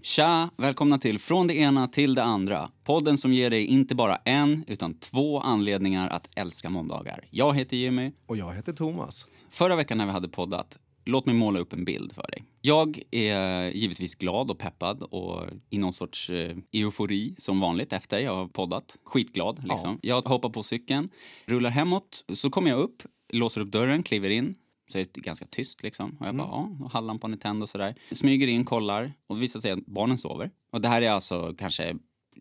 Tja, välkomna till Från det ena till det andra. Podden som ger dig inte bara en, utan 2 anledningar att älska måndagar. Jag heter Jimmy. Och jag heter Thomas. Förra veckan när vi hade poddat, låt mig måla upp en bild för dig. Jag är givetvis glad och peppad och i någon sorts eufori som vanligt efter jag har poddat. Skitglad liksom. Ja. Jag hoppar på cykeln, rullar hemåt, så kommer jag upp, låser upp dörren, kliver in. Så är det ganska tyst liksom. Och jag bara, och hallampan är tänd och sådär. Smyger in, kollar och det visar sig att barnen sover. Och det här är alltså kanske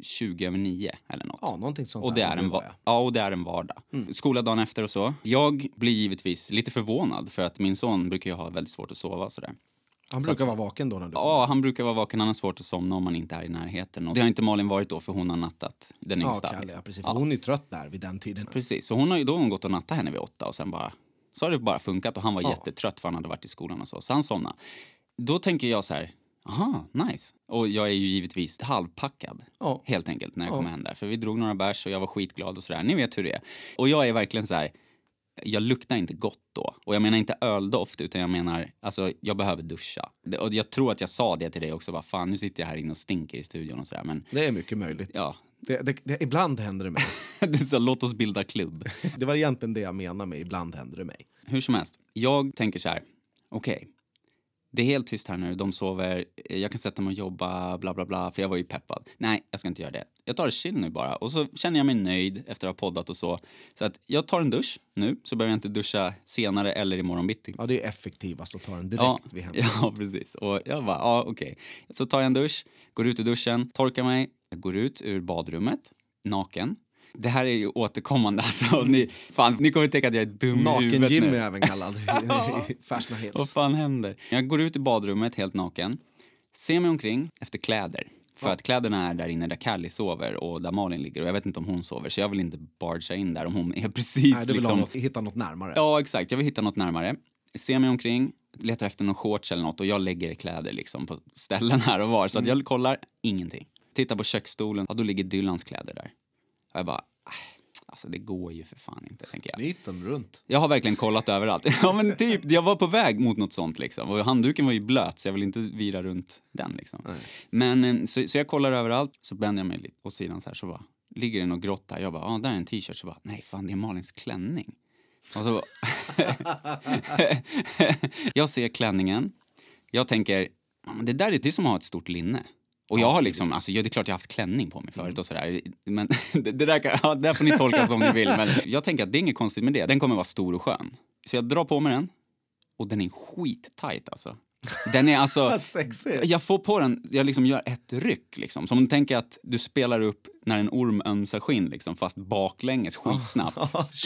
20:09 eller något. Ja, någonting sånt. Och det är och det är en vardag. Skola dagen efter och så. Jag blir givetvis lite förvånad för att min son brukar ju ha väldigt svårt att sova och sådär. Han brukar vara vaken då när du... Ja, han brukar vara vaken. Han har svårt att somna om man inte är i närheten. Och det har inte Malin varit då för hon har nattat den yngsta. Ja, liksom. Precis. För hon är trött där vid den tiden. Precis, så hon har ju då gått och nattat henne vid 8 och sen bara... Så har det bara funkat och han var jättetrött för han hade varit i skolan och så han somnade. Då tänker jag så här, aha, nice. Och jag är ju givetvis halvpackad, helt enkelt, när jag kom hem där. För vi drog några bärs och jag var skitglad och sådär. Ni vet hur det är. Och jag är verkligen så här, jag luktar inte gott då. Och jag menar inte öldoft, utan jag menar, alltså jag behöver duscha. Och jag tror att jag sa det till dig också, bara fan nu sitter jag här inne och stinker i studion och sådär. Men det är mycket möjligt. Ja. Ibland händer det mig. Det är så, låt oss bilda klubb. Det var egentligen det jag menar med ibland händer det mig. Hur som helst, jag tänker så här, okej. Det är helt tyst här nu, de sover, jag kan sätta mig och jobba, bla bla bla, för jag var ju peppad. Nej, jag ska inte göra det. Jag tar det chill nu bara, och så känner jag mig nöjd efter att ha poddat och så. Så att jag tar en dusch nu, så behöver jag inte duscha senare eller imorgon bitti. Ja, det är effektivast att ta den direkt vid hemmet. Ja, precis. Och jag bara, okej. Så tar jag en dusch, går ut ur duschen, torkar mig, jag går ut ur badrummet, naken. Det här är ju återkommande alltså. Ni kommer tänka att jag är dum i huvudet nu. Naken Jimmy även kallad. Färsna hels. Vad fan händer? Jag går ut i badrummet helt naken. Ser mig omkring efter kläder. För att kläderna är där inne där Callie sover och där Malin ligger. Och jag vet inte om hon sover, så jag vill inte bargea in där om hon är precis... Nej, du vill hitta något närmare. Ja, exakt. Jag vill hitta något närmare. Ser mig omkring, letar efter någon shorts eller något och jag lägger kläder liksom på ställen här och var. Så att jag kollar, ingenting. Tittar på köksstolen, och då ligger Dylans kläder där. Och jag bara, alltså det går ju för fan inte, tänker jag. Liten runt. Jag har verkligen kollat överallt. Ja men typ, jag var på väg mot något sånt liksom. Och handduken var ju blöt så jag vill inte vira runt den liksom. Nej. Men så jag kollar överallt, så bänder jag mig lite åt sidan så här, så bara, ligger det något grått där. Jag bara, där är en t-shirt, så bara, nej fan det är Malins klänning. Och så jag ser klänningen. Jag tänker, det där är det som har ett stort linne. Och jag har liksom, alltså det är klart jag har haft klänning på mig förut och sådär. Men det där får ni tolka som ni vill. Men jag tänker att det är inget konstigt med det. Den kommer vara stor och skön. Så jag drar på mig den. Och den är skittajt alltså. Den är alltså... Jag får på den, jag liksom gör ett ryck liksom. Som om du tänker att du spelar upp när en orm ömsar skinn liksom. Fast baklänges, skitsnabbt.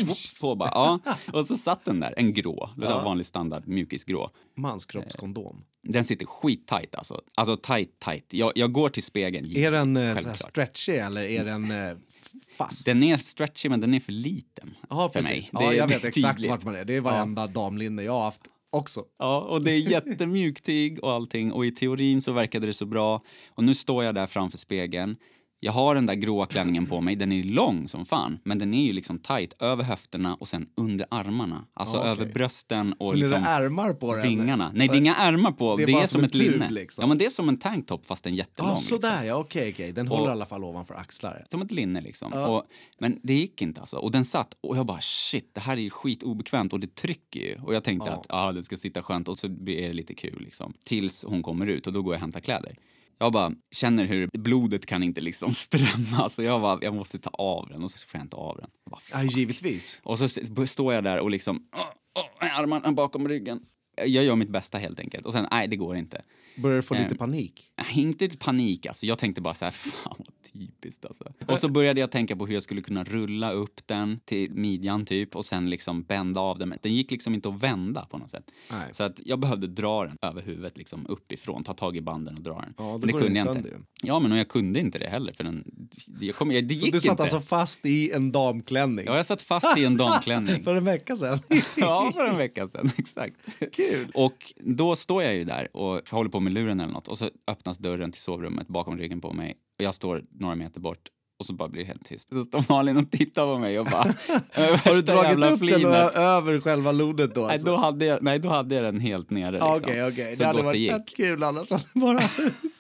På bara, ja. Och så satt den där, en grå. Det var vanlig standard, mjukisgrå. Manskroppskondom. Den sitter skittajt alltså. Alltså tajt. Jag går till spegeln. Är den så här stretchy eller är den fast? Den är stretchy men den är för liten för mig. Ja, jag vet exakt vart man är. Det är varenda damlinne jag har haft också. Ja, och det är jättemjuktig och allting. Och i teorin så verkade det så bra. Och nu står jag där framför spegeln. Jag har den där gråa klänningen på mig. Den är lång som fan. Men den är ju liksom tight över höfterna och sen under armarna. Alltså över brösten och men liksom... det är ärmar på den? Vingarna. Nej, det är inga ärmar på. Det är som ett linne. Liksom. Ja, men det är som en tanktop fast en jättelång. Sådär, liksom. ja, okej. Den håller i alla fall ovanför axlar. Som ett linne liksom. Men det gick inte alltså. Och den satt och jag bara shit, det här är ju skitobekvämt och det trycker ju. Och jag tänkte att det ska sitta skönt och så blir det lite kul liksom. Tills hon kommer ut och då går jag och hämtar kläder. Jag bara känner hur blodet kan inte liksom strömma. Så jag måste ta av den och så får jag inte av den. Ja, givetvis. Och så står jag där och liksom armarna bakom ryggen. Jag gör mitt bästa helt enkelt. Och sen, nej det går inte. Börjar du få lite panik? Inte panik alltså. Jag tänkte bara så här, fan vad typiskt alltså. Och så började jag tänka på hur jag skulle kunna rulla upp den till midjan typ. Och sen liksom bända av den. Den gick liksom inte att vända på något sätt. Nej. Så att jag behövde dra den över huvudet liksom uppifrån. Ta tag i banden och dra den. Ja, men det kunde jag inte. Ja, men jag kunde inte det heller. För det gick så du satt inte. Alltså fast i en damklänning? Ja, jag satt fast i en damklänning. För en vecka sedan? Ja, för en vecka sedan, exakt. Kul. Och då står jag ju där och håller på med luren eller något. Och så öppnas dörren till sovrummet bakom ryggen på mig. Och jag står några meter bort. Och så bara blir det helt tyst. Så står Malin och tittar på mig och bara... Har du dragit upp den över själva lodet då? Alltså? Nej, då hade jag den helt nere. Liksom. Okej. Det hade varit fett kul annars. Bara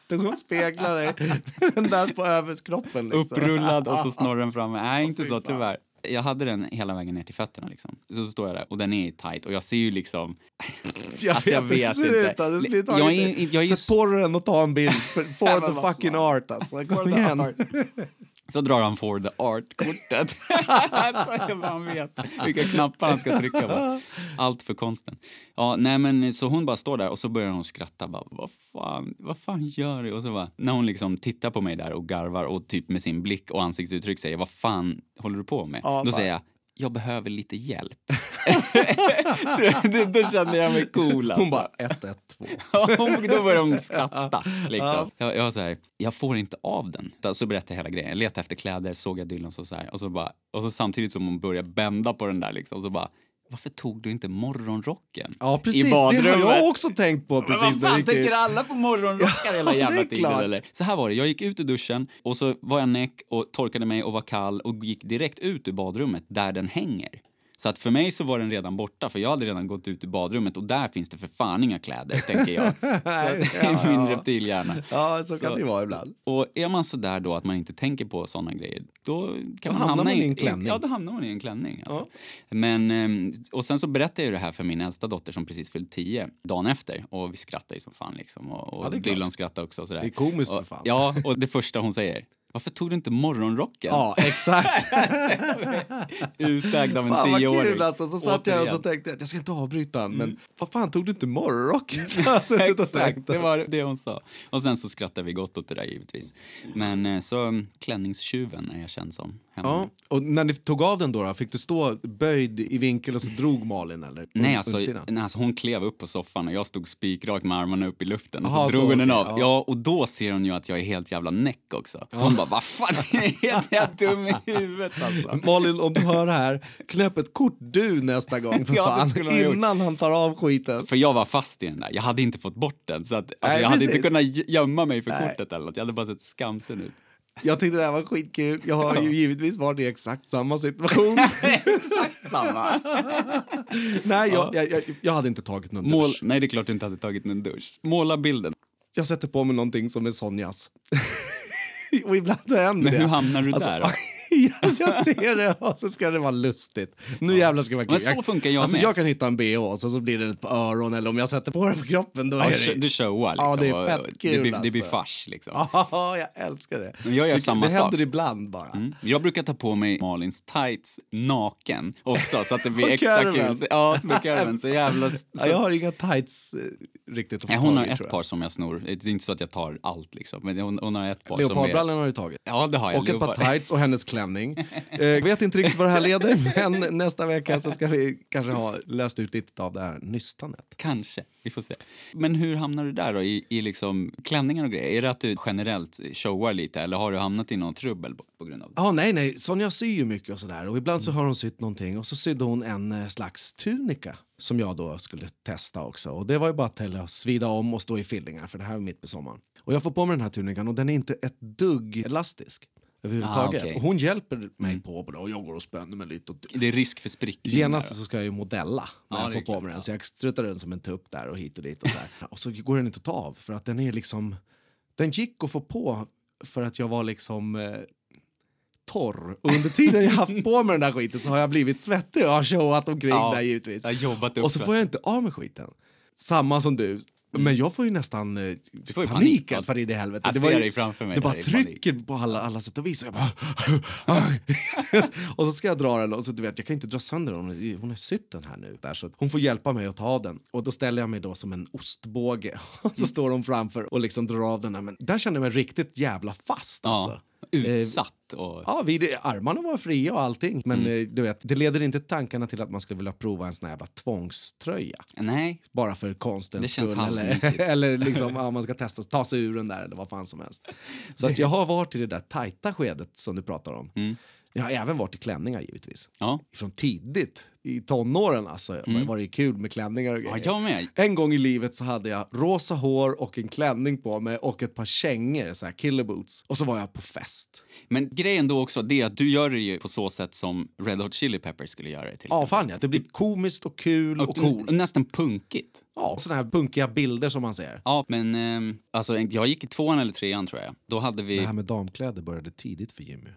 Du speglar dig. Den där på överkroppen. Liksom. Upprullad och så snorren framme. Nej, inte så tyvärr. Jag hade den hela vägen ner till fötterna liksom. Så står jag där och den är tight och jag ser ju liksom... Jag vet inte. Sätt på den och ta en bild for the fucking art alltså. Kom igen. Så drar han for the art-kortet. Så han vet vilka knappar han ska trycka på. Allt för konsten. Ja, nej men så hon bara står där och så börjar hon skratta. Bara, vad fan gör du? Och så bara, när hon liksom tittar på mig där och garvar och typ med sin blick och ansiktsuttryck säger, vad fan håller du på med? Då säger jag behöver lite hjälp. Då kände jag mig cool alltså. Hon bara 112. Då började hon skratta liksom. Jag var så här, jag får inte av den. Så berättade jag hela grejen. Jag letade efter kläder, såg jag Dylan så här och så samtidigt som hon började bända på den där liksom så bara, varför tog du inte morgonrocken? Ja, precis. I badrummet? Det har jag också tänkt på. Precis. Men vad fan, tänker alla på morgonrockar hela jävla tiden? Eller? Så här var det, jag gick ut ur duschen och så var jag näck och torkade mig och var kall och gick direkt ut ur badrummet där den hänger. Så att för mig så var den redan borta, för jag hade redan gått ut ur badrummet och där finns det för fan inga kläder, tänker jag. Så det är min reptilhjärna. Ja, så kan det vara ibland. Och är man så där då att man inte tänker på sådana grejer, då kan man hamnar man i en klänning. Ja, då hamnar man i en klänning. Alltså. Ja. Men, och sen så berättade jag det här för min äldsta dotter som precis fyllt 10 dagen efter. Och vi skrattade ju som fan liksom. Och Dylan skrattade också. Och sådär. Det är komiskt för fan. Ja, och det första hon säger, varför tog du inte morgonrocken? Ja, exakt. Utägd av en 10-åring. Fan vad kul alltså. Så satt jag och så tänkte jag ska inte avbryta han. Men vad fan tog du inte morgonrocken? Exakt, det var det hon sa. Och sen så skrattade vi gott åt det där givetvis. Men så klänningstjuven är jag känd som hemma. Ja, och när ni tog av den då, fick du stå böjd i vinkel och så drog Malin eller? Nej, alltså hon klev upp på soffan och jag stod spikrakt med armarna upp i luften och så drog hon den av. Ja, och då ser hon ju att jag är helt jävla näck också. Så hon bara, vad fan, är helt dum i huvudet alltså. Malin, om du hör det här, knäpp ett kort du nästa gång för fan, innan han tar av skiten. För jag var fast i den där, jag hade inte fått bort den. Så att, alltså, jag hade inte kunnat gömma mig för kortet eller något. Jag hade bara sett skamsen ut. Jag tyckte det här var skitkul. Jag har ju givetvis varit i exakt samma situation. Exakt samma. Nej, jag hade inte tagit någon dusch. Nej, det är klart du inte hade tagit någon dusch. Måla bilden. Jag sätter på mig någonting som är Sonjas. Och ibland händer det. Men hur hamnar du där då? Jag ser det och så ska det vara lustigt. Nu jävlar ska det vara kul. Men så funkar jag alltså, med. Jag kan hitta en BH och så blir det ett på öron eller om jag sätter på det på kroppen då är det... Du showar liksom. Ja, det är fett kul det blir fars liksom. Ja, jag älskar det. Men jag gör samma sak. Det händer ibland bara. Jag brukar ta på mig Malins tights naken också så att det blir extra kul. Ja, så brukar jag så jävla... Ja, jag har inga tights riktigt att få hon tag har i, ett par som jag snor. Det är inte så att jag tar allt liksom. Men hon har ett par Leopardbrallan har du tagit. Ja, det har jag. Och ett par tights och hennes klänning. Jag vet inte riktigt vad det här leder, men nästa vecka så ska vi kanske ha löst ut lite av det här nystanet. Kanske, vi får se. Men hur hamnar du där då i liksom klänningar och grejer? Är det att du generellt showar lite eller har du hamnat i någon trubbel på grund av det? Ja, nej. Sonja syr ju mycket och sådär. Och ibland så har hon sytt någonting och så sydde hon en slags tunika som jag då skulle testa också. Och det var ju bara till att svida om och stå i fillingar för det här är mitt på sommaren. Och jag får på mig den här tunikan och den är inte ett dugg elastisk. Överhuvudtaget. Okay. Och hon hjälper mig på det och jag går och spänner mig lite. Och det är risk för sprickning. Genast så ska jag ju modella när jag får på mig den. Så jag struttar den som en tupp där och hit och dit och så här. Och så går den inte att ta av för att den är liksom... Den gick att få på för att jag var liksom... torr. Och under tiden jag haft på mig den där skiten så har jag blivit svettig och har showat omkring där givetvis. Jag har jobbat upp och så får jag inte av med skiten. Samma som du. Men jag får ju nästan panik för i det helvetet. Jag ser dig framför mig. Det bara trycker på alla sätt och vis. Och, och så ska jag dra den och så du vet, jag kan inte dra sönder den. Hon är sytten här nu. Där, så hon får hjälpa mig att ta den. Och då ställer jag mig då som en ostbåge. Och så står hon framför och liksom drar av den. Men där kände jag mig riktigt jävla fast. Alltså. Utsatt. Och... Ja, armarna var fria och allting. Men du vet, det leder inte tankarna till att man skulle vilja prova en sån här jävla tvångströja. Nej. Bara för konstens skull. Eller, eller liksom, man ska testa, ta sig ur den där eller vad fan som helst. Så att jag har varit i det där tajta skedet som du pratar om. Jag har även varit i klänningar givetvis. Ja. Från tidigt i tonåren alltså. Var det kul med klänningar och grejer. Ja, jag med. En gång i livet så hade jag rosa hår och en klänning på mig och ett par kängor, så här killer boots. Och så var jag på fest. Men grejen då också, det är att du gör det ju på så sätt som Red Hot Chili Peppers skulle göra det till. Ja, fan ja. Det blir komiskt och kul och coolt. Nästan punkigt. Ja, sådana här punkiga bilder som man ser. Ja, men alltså jag gick i 2:an eller 3:an tror jag. Då hade vi... Det här med damkläder började tidigt för Jimmy.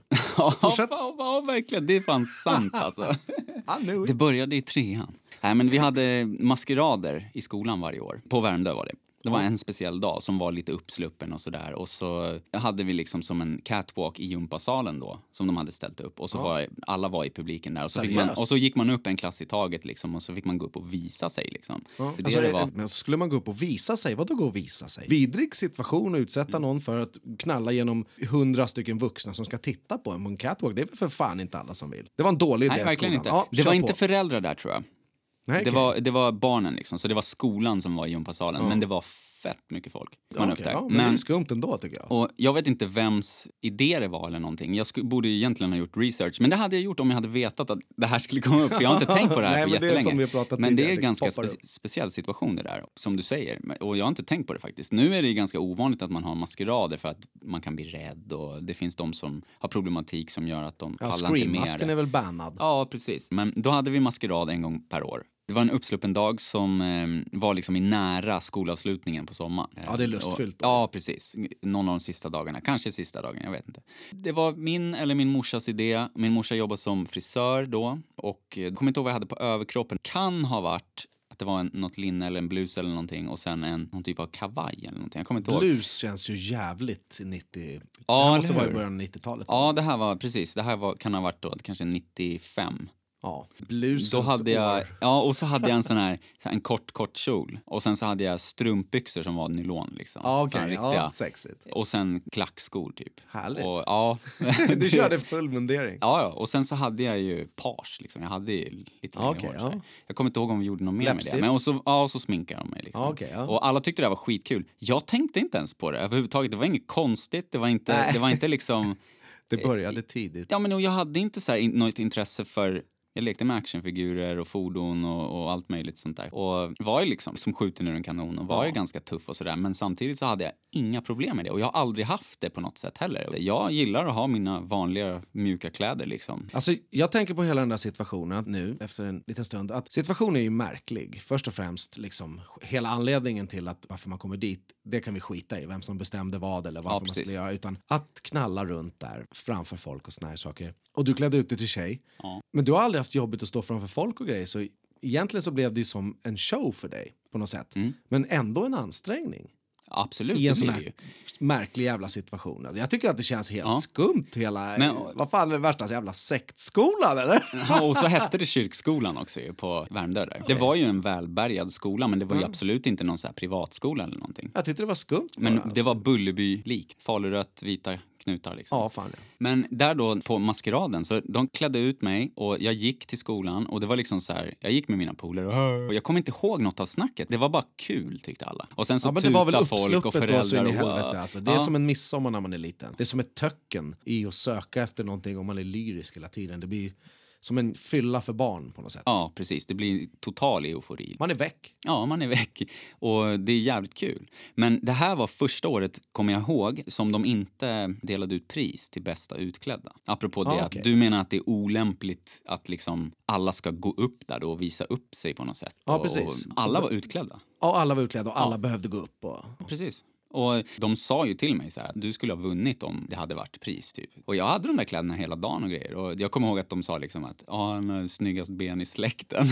Ja, verkligen. Det är fan sant alltså. Det började i 3:an. Nej, men vi hade maskerader i skolan varje år. På Värmdö var det. Det var en speciell dag som var lite uppsluppen och sådär. Och så hade vi liksom som en catwalk i gympasalen då. Som de hade ställt upp. Och så alla var i publiken där. Och så gick man upp en klass i taget liksom. Och så fick man gå upp och visa sig liksom. Ja. Men skulle man gå upp och visa sig? Vadå gå och visa sig? Vidrig situation att utsätta någon för att knalla genom 100 stycken vuxna som ska titta på en catwalk. Det är för fan inte alla som vill. Det var en dålig idé. Nej, verkligen inte. Ja, det var inte föräldrar där tror jag. Nej, det var barnen liksom, så det var skolan som var i gympasalen, men det var fett mycket folk. Man okay, men det är skumt ändå tycker jag. Och jag vet inte vems idé det var eller någonting. Jag borde ju egentligen ha gjort research, men det hade jag gjort om jag hade vetat att det här skulle komma upp. För jag har inte tänkt på det här på jättelänge. Men det är en ganska speciell situation det där, som du säger. Och jag har inte tänkt på det faktiskt. Nu är det ganska ovanligt att man har maskerader för att man kan bli rädd och det finns de som har problematik som gör att de pallar inte mer. Masken är väl bannad. Ja, precis. Men då hade vi maskerad en gång per år. Det var en uppsluppen dag som var liksom i nära skolavslutningen på sommaren. Ja, det är lustfyllt. Ja, precis. Någon av de sista dagarna. Kanske sista dagen, jag vet inte. Det var min morsas idé. Min morsa jobbade som frisör då. Och jag kommer inte ihåg vad jag hade på överkroppen. Kan ha varit att det var något linne eller en blus eller någonting. Och sen någon typ av kavaj eller någonting. Jag kommer inte ihåg. Blus känns ju jävligt 90... Ja, det måste vara i början av 90-talet. Ja, det här var precis. Det här kan ha varit då kanske 95. Ja, blusens då hade jag, år. ja, och så hade jag en kort kjol. Och sen så hade jag strumpbyxor som var nylon liksom. Ja, okej. Ja, sexigt. Och sen klackskor typ. Härligt. Och, ja. Du körde full mundering. Ja, och sen så hade jag ju page liksom. Jag hade ju lite längre hår. Ja. Jag kommer inte ihåg om vi gjorde något mer med det. Men och så sminkade de mig liksom. Och alla tyckte det var skitkul. Jag tänkte inte ens på det överhuvudtaget. Det var inget konstigt. Det var inte liksom... Det började tidigt. Ja, men jag hade inte så här något intresse för... Jag lekte med actionfigurer och fordon och allt möjligt sånt där. Och var ju liksom som skjuter ur en kanon och var ju ganska tuff och sådär. Men samtidigt så hade jag inga problem med det. Och jag har aldrig haft det på något sätt heller. Jag gillar att ha mina vanliga mjuka kläder liksom. Alltså jag tänker på hela den där situationen nu efter en liten stund. Att situationen är ju märklig. Först och främst liksom hela anledningen till att varför man kommer dit. Det kan vi skita i. Vem som bestämde vad eller varför man skulle göra. Utan att knalla runt där framför folk och såna här saker. Och du klädde ut dig till tjej. Ja. Men du har aldrig haft jobbigt att stå framför folk och grejer. Så egentligen så blev det ju som en show för dig på något sätt. Men ändå en ansträngning. Absolut. I en sån här märklig jävla situation. Alltså, jag tycker att det känns helt skumt hela... Men, vad fan är det värsta? Jävla sektskolan eller? Ja, och så hette det kyrkskolan också ju, på Värmdö där. Det var ju en välbärgad skola, men det var ju absolut inte någon så här privatskola eller någonting. Jag tyckte det var skumt. Men det var Bullerby-likt. Falurött, vita knutar liksom. Ja, fan ja. Men där då på maskeraden så de klädde ut mig och jag gick till skolan och det var liksom så här, jag gick med mina polare och jag kommer inte ihåg något av snacket. Det var bara kul tyckte alla. Och sen så tutade folk och föräldrar och helvete, alltså. Det är som en midsommar när man är liten. Det är som ett töcken i att söka efter någonting om man är lyrisk hela tiden. Det blir som en fylla för barn på något sätt. Ja, precis. Det blir total eufori. Man är väck. Ja, man är väck. Och det är jävligt kul. Men det här var första året, kommer jag ihåg, som de inte delade ut pris till bästa utklädda. Apropå det att du menar att det är olämpligt att liksom alla ska gå upp där då och visa upp sig på något sätt. Ja, precis. Och alla var utklädda. Ja, alla var utklädda och alla behövde gå upp. Precis. Och de sa ju till mig så här att du skulle ha vunnit om det hade varit pris typ. Och jag hade de där kläderna hela dagen och grejer. Och jag kommer ihåg att de sa liksom att han har snyggast ben i släkten.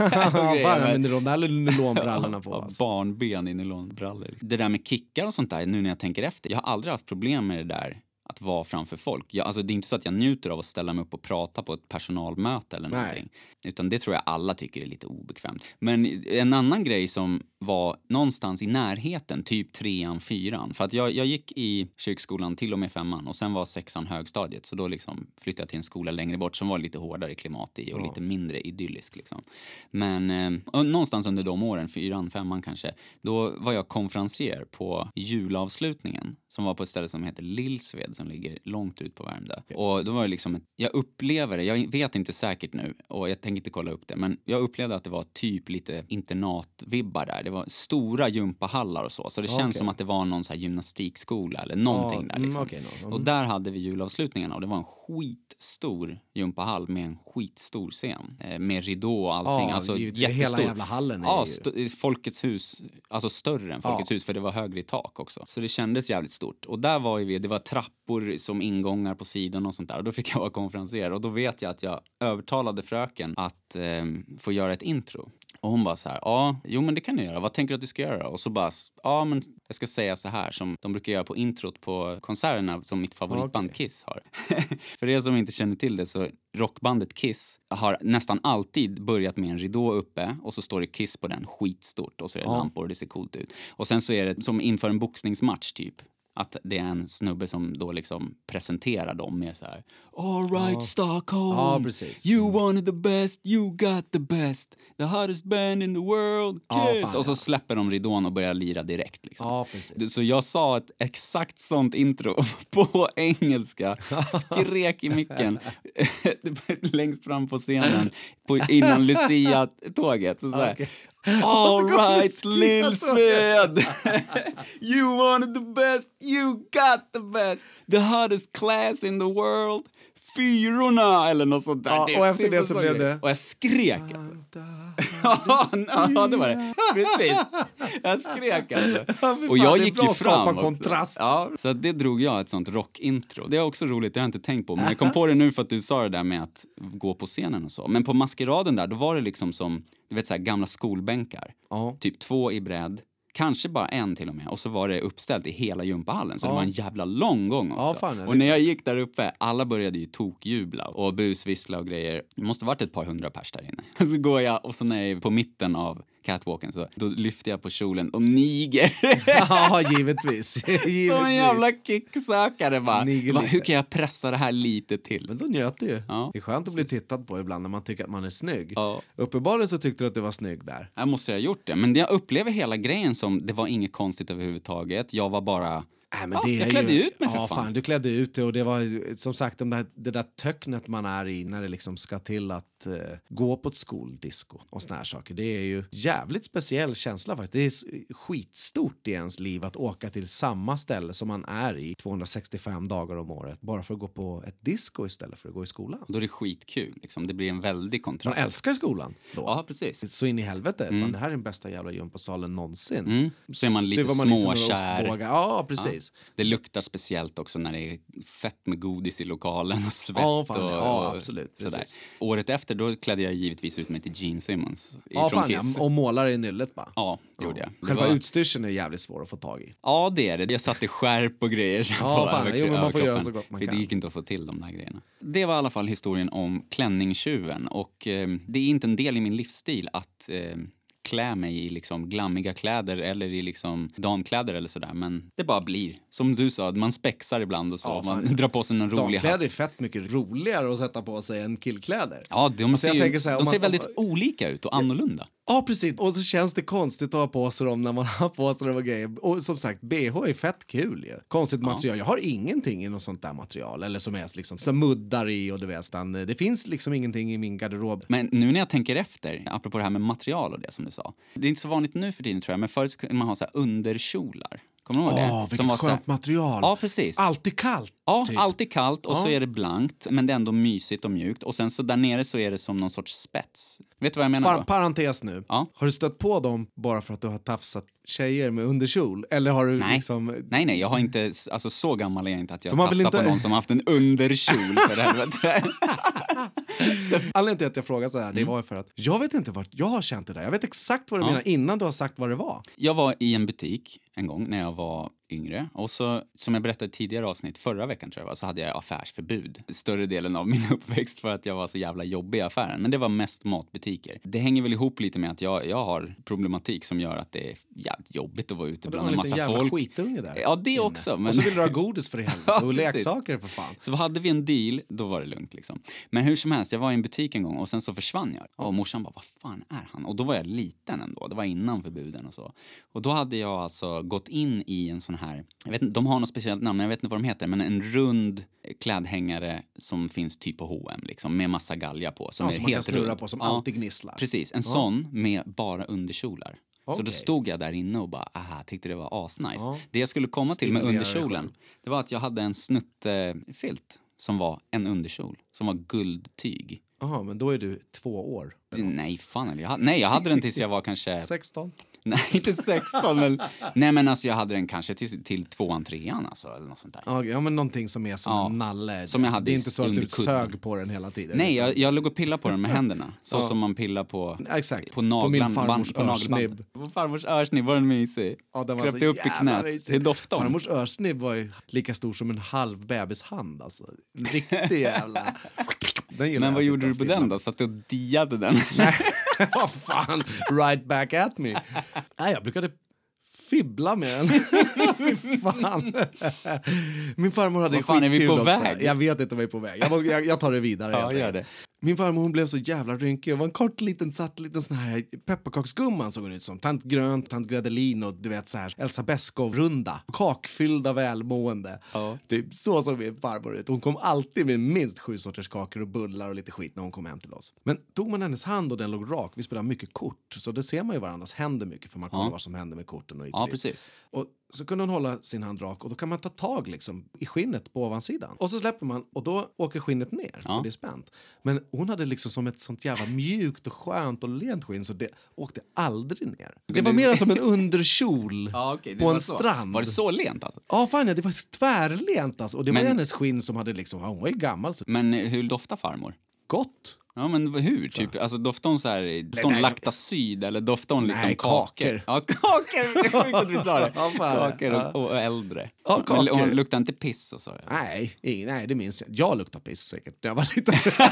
Fan, men de där nylonbrallorna på oss. Barnben i nylonbrallor. Det där med kickar och sånt där, nu när jag tänker efter. Jag har aldrig haft problem med det där. Att vara framför folk. Alltså det är inte så att jag njuter av att ställa mig upp och prata på ett personalmöte eller någonting. Utan det tror jag alla tycker är lite obekvämt. Men en annan grej som var någonstans i närheten, typ 3:an, 4:an. För att jag gick i kyrkskolan till och med 5:an och sen var 6:an högstadiet. Så då liksom flyttade jag till en skola längre bort som var lite hårdare klimat i och lite mindre idyllisk liksom. Men någonstans under de åren, 4:an, 5:an kanske, då var jag konferencier på julavslutningen som var på ett ställe som heter Lillsved som ligger långt ut på Värmdö. Och då var det liksom, jag upplever det, jag vet inte säkert nu och jag tänker inte kolla upp det, men jag upplevde att det var typ lite internatvibbar där. Det var stora gympahallar och så det känns som att det var någon så här gymnastikskola eller någonting där liksom. Och där hade vi julavslutningarna och det var en skitstor gympahall med en skitstor scen. Med ridå och allting. Alltså jättestor. Hela jävla hallen är Folkets hus, alltså större än Folkets hus för det var högre i tak också. Så det kändes jävligt stort. Och där var vi, det var trappor som ingångar på sidan och sånt där. Och då fick jag vara konferenser. Och då vet jag att jag övertalade fröken att få göra ett intro. Och hon bara så här, jo men det kan du göra. Vad tänker du att du ska göra? Och så bara, men jag ska säga så här som de brukar göra på introt på konserterna som mitt favoritband Kiss har. För er som inte känner till det så rockbandet Kiss har nästan alltid börjat med en ridå uppe och så står det Kiss på den skitstort och så är det lampor och det ser coolt ut. Och sen så är det som inför en boxningsmatch typ. Att det är en snubbe som då liksom presenterar dem med så här: all right, Stockholm, you wanted the best, you got the best, the hottest band in the world, Kiss. Och så släpper de ridån och börjar lira direkt liksom. Så jag sa ett exakt sånt intro på engelska, skrek i micken längst fram på scenen innan Lucia-tåget. Så här. All right, Lil Sved. You wanted the best, you got the best. The hottest class in the world. Fyrorna eller något sånt där. Ja, och efter det så blev det... Och jag skrek alltså. Ja, det var det. Precis. Jag skrek alltså. Och jag gick ju fram kontrast. Ja, så det drog jag ett sånt rockintro. Det är också roligt, det har jag inte tänkt på. Men jag kom på det nu för att du sa det där med att gå på scenen och så. Men på maskeraden där, då var det liksom som, du vet så här, gamla skolbänkar. Typ 2 i bredd. Kanske bara en till och med. Och så var det uppställt i hela gympahallen. Så det var en jävla lång gång också. Och när jag gick där uppe, alla började ju tokjubla och busvissla och grejer. Det måste varit ett par 100 pers där inne. Så går jag och så när jag är på mitten av catwalken så då lyfter jag på kjolen och niger. Ja, givetvis. Som en jävla kicksökare bara. Hur kan jag pressa det här lite till? Men då njöt det ju. Ja. Det är skönt att bli tittad på ibland när man tycker att man är snygg. Ja. Uppenbarligen så tyckte du att det var snygg där. Jag måste ha gjort det. Men jag upplever hela grejen som det var inget konstigt överhuvudtaget. Jag var bara... Men det jag klädde ut mig för fan. Du klädde ut det och det var som sagt det där töcknet man är i när det liksom ska till att gå på ett skoldisco och såna här saker. Det är ju jävligt speciell känsla faktiskt. Det är skitstort i ens liv att åka till samma ställe som man är i 265 dagar om året bara för att gå på ett disco istället för att gå i skolan. Och då är det skitkul liksom. Det blir en väldig kontrast. Man älskar skolan då. Ja, precis. Så in i helvete. Fan, det här är den bästa jävla gympasalen någonsin. Så är man lite småkär. Ja, precis. Ja. Det luktar speciellt också när det är fett med godis i lokalen och svett. Absolut. Sådär. Året efter då klädde jag givetvis ut mig till Gene Simmons från Kiss. Och målar i nyllet bara. Ja, det gjorde jag. Själva utstyrseln är jävligt svår att få tag i. Ja, det är det. Jag satte skärp och grejer. Men man får göra så gott man kan. Det gick inte att få till de där grejerna. Det var i alla fall historien om klänningtjuven. Och det är inte en del i min livsstil att... klä mig i liksom glammiga kläder eller i liksom damkläder eller sådär, men det bara blir. Som du sa, man spexar ibland och så, man drar på sig någon rolig hatt. Damkläder är fett mycket roligare att sätta på sig än killkläder. Ja, de ser väldigt olika ut och annorlunda. Ja, precis. Och så känns det konstigt att ha på sig dem när man har på sig dem och grejer. Och som sagt, BH är fett kul ju. Konstigt material. Jag har ingenting i något sånt där material. Eller som är liksom så muddar i och du vet. Det finns liksom ingenting i min garderob. Men nu när jag tänker efter, apropå det här med material och det som du sa. Det är inte så vanligt nu för tiden tror jag, men förut kunde man ha så här underkjolar. Kommer du ihåg det? Vilket var skönt material. Ja, precis. Alltid kallt. Ja, typ. Alltid kallt och så är det blankt, men det är ändå mysigt och mjukt. Och sen så där nere så är det som någon sorts spets. Vet du vad jag menar då? Parentes nu. Ja. Har du stött på dem bara för att du har tafsat tjejer med underkjol? Eller har du liksom... Nej, jag har inte... Alltså så gammal är jag inte att jag tafsar på någon som har haft en underkjol för helvete. Anledningen till att jag frågar så här, det var för att jag vet inte vart jag har känt det där. Jag vet exakt vad du menar innan du har sagt vad det var. Jag var i en butik en gång när jag var yngre. Och så, som jag berättade i tidigare avsnitt, förra veckan tror jag var, så hade jag affärsförbud. Större delen av min uppväxt för att jag var så jävla jobbig i affären. Men det var mest matbutiker. Det hänger väl ihop lite med att jag har problematik som gör att det är jävligt jobbigt att vara ute bland en massa folk. Skitunge där. Ja, det också. Men... Och så vill du ha godis för det helvete. Och leksaker för fan. Så hade vi en deal, då var det lugnt liksom. Men hur som helst, jag var i en butik en gång och sen så försvann jag. Och morsan bara, vad fan är han? Och då var jag liten ändå. Det var innan förbuden och så. Och då hade jag alltså gått in i en sån sån här, jag vet inte, de har något speciellt namn, jag vet inte vad de heter, men en rund klädhängare som finns typ på H&M liksom, med massa galja på. Som är som man helt kan snurra rund. på, som alltid gnisslar. Precis, en sån med bara underkjolar. Så då Okej. stod jag där inne och bara, tyckte det var asnice. Det jag skulle komma till med underkjolen, det var att jag hade en snuttefilt som var en underkjol, som var guldtyg. Jaha, men då är du 2 år. Nej, fan. Jag hade den tills jag var kanske... 16? Nej, inte 16, men... Nej, men alltså jag hade den kanske till 2:an, 3:an alltså, eller något sånt där. Ja, men någonting som är som en nalle. Som jag hade det är inte så att du under kudden. sög på den hela tiden. Nej, jag låg och pillade på den med händerna. Så som man pillar på... Exakt. På naglarna. På min farmors örsnibb. På farmors örsnibb var den mysig. Ja, den var Kräpte så upp i jävla knät. mysig. Det doftade. Farmors örsnibb var ju lika stor som en halv bebishand alltså. En riktig jävla... Men vad gjorde du på den då? Satt du och diade den? Nej, vad fan. Right back at me. Nej, jag brukade fibbla med den. Fy fan. Min farmor hade vad fan, är vi skitkul på också. väg? Jag vet inte om vi är på väg. Jag tar det vidare. Ja, gör det. Min farmor hon blev så jävla rynkig. Det var en kort liten sån här pepparkaksgumman såg hon ut som. Tant Grönt, Tant Gredelin och du vet så här Elsa Beskow-runda. Kakfyllda välmående. Ja. Typ så såg min farmor ut. Hon kom alltid med minst 7 sorters kakor och bullar och lite skit när hon kom hem till oss. Men tog man hennes hand och den låg rak. Vi spelade mycket kort. Så det ser man ju varandras händer mycket för man kollar vad som händer med korten och Ja, precis. Och så kunde hon hålla sin hand rak och då kan man ta tag liksom i skinnet på ovansidan. Och så släpper man och då åker skinnet ner för det är spänt. Men hon hade liksom som ett sånt jävla mjukt och skönt och lent skinn så det åkte aldrig ner. Det var mer som en underkjol på en strand. Var det så lent alltså? Ja, fan, det var tvärlent alltså. Och det var hennes skinn som hade liksom, hon var ju gammal. Så. Men hur doftar farmor? Gott. Ja, men hur? Typ, alltså doftar hon så här, doftar hon Lactacyd eller doftar hon liksom kakor? Ja, kakor! Det är sjukt att vi sa det. Kakor och äldre. Ja, kakor. Men hon luktar inte piss och så? Ja. Nej, det minns jag. Jag luktar piss säkert när jag var liten.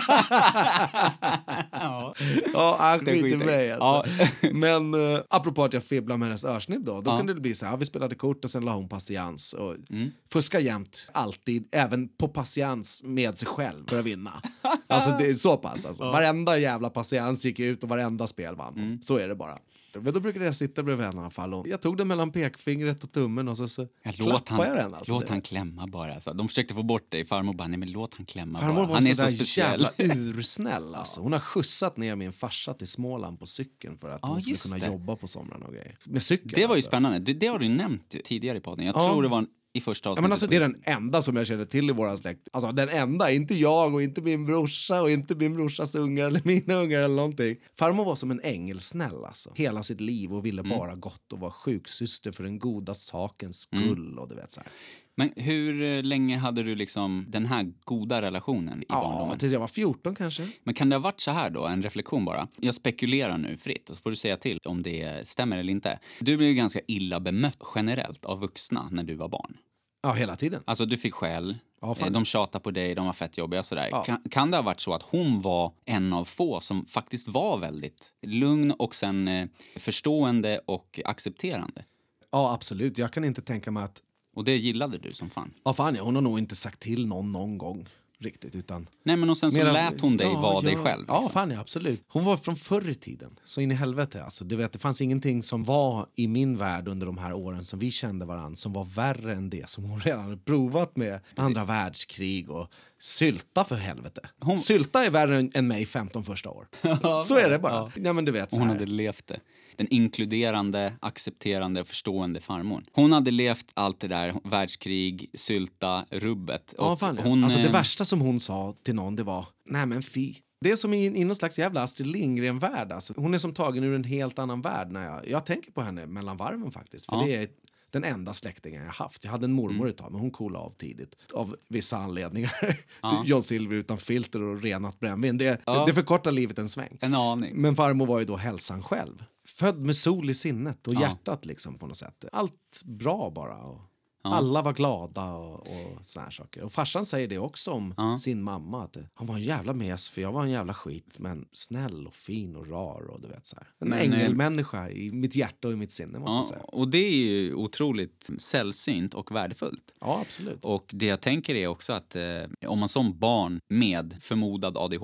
Skit i mig alltså. Ja. Men apropå att jag fibblade med hennes örsnibb då kunde det bli så här, vi spelade kort och sen la hon patiens och fuska jämt, alltid, även på patiens med sig själv för att vinna. Alltså det är så pass alltså. Varenda jävla patiens gick ut och varenda spel vann. Så är det bara. Men då brukade jag sitta bredvid henne i alla fall. Och jag tog den mellan pekfingret och tummen och så klappade jag den. Alltså. Låt han klämma bara. Alltså. De försökte få bort dig. Farmor bara, nej men låt han klämma farmor bara. Var han är så speciell. Jävla ursnäll alltså. Hon har skjutsat ner min farsa till Småland på cykeln för att hon skulle kunna jobba på somrarna och grejer. Med cykeln. Det var ju spännande. Det har du nämnt tidigare i podden. Jag tror det var i första avsnittet. Men alltså, det är den enda som jag känner till i våran släkt. Alltså den enda, inte jag och inte min brorsa och inte min brorsas ungar eller mina ungar eller någonting. Farmor var som en ängelsnäll alltså. Hela sitt liv och ville bara gott och var sjuksyster för den goda sakens skull och du vet så här. Men hur länge hade du liksom den här goda relationen i barndomen? Ja, tills jag var 14 kanske. Men kan det ha varit så här då, en reflektion bara? Jag spekulerar nu fritt och så får du säga till om det stämmer eller inte. Du blev ju ganska illa bemött generellt av vuxna när du var barn. Ja, hela tiden. Alltså du fick skäll, Ja, de tjatade på dig, de var fett jobbiga och sådär. Ja. Kan det ha varit så att hon var en av få som faktiskt var väldigt lugn och sen förstående och accepterande? Ja, absolut. Jag kan inte tänka mig att... Och det gillade du som fan? Ja, fan, hon har nog inte sagt till någon gång riktigt, utan... Nej, men och sen så lät hon dig vara dig själv. Liksom. Ja, fan, ja, absolut. Hon var från förr i tiden, så in i helvete. Alltså, du vet, det fanns ingenting som var i min värld under de här åren som vi kände varandra som var värre än det som hon redan hade provat med. Andra världskrig och sylta för helvete. Sylta är värre än mig 15 första år. Så är det bara. Ja, men du vet, så hon här. hade levt det. Den inkluderande, accepterande och förstående farmor. Hon hade levt allt det där, världskrig, sylta, rubbet. Ja, fan, ja. Alltså det värsta som hon sa till någon, det var, nej men fy. Det är som i någon slags jävla Astrid Lindgren-värld. Alltså. Hon är som tagen ur en helt annan värld när jag tänker på henne mellan varven faktiskt. För det är den enda släktingen jag haft. Jag hade en mormor ett tag, men hon coolade av tidigt. Av vissa anledningar. John Silver utan filter och renat brännvin. Det förkortar livet en sväng. En aning. Men farmor var ju då hälsan själv. Född med sol i sinnet och hjärtat liksom på något sätt. Allt bra bara. Och alla var glada och såna här saker. Och farsan säger det också om sin mamma. Att han var en jävla mes för jag var en jävla skit. Men snäll och fin och rar och du vet så här. En ängelmänniska i mitt hjärta och i mitt sinne måste jag säga. Och det är ju otroligt sällsynt och värdefullt. Ja, absolut. Och det jag tänker är också att om man som barn med förmodad ADHD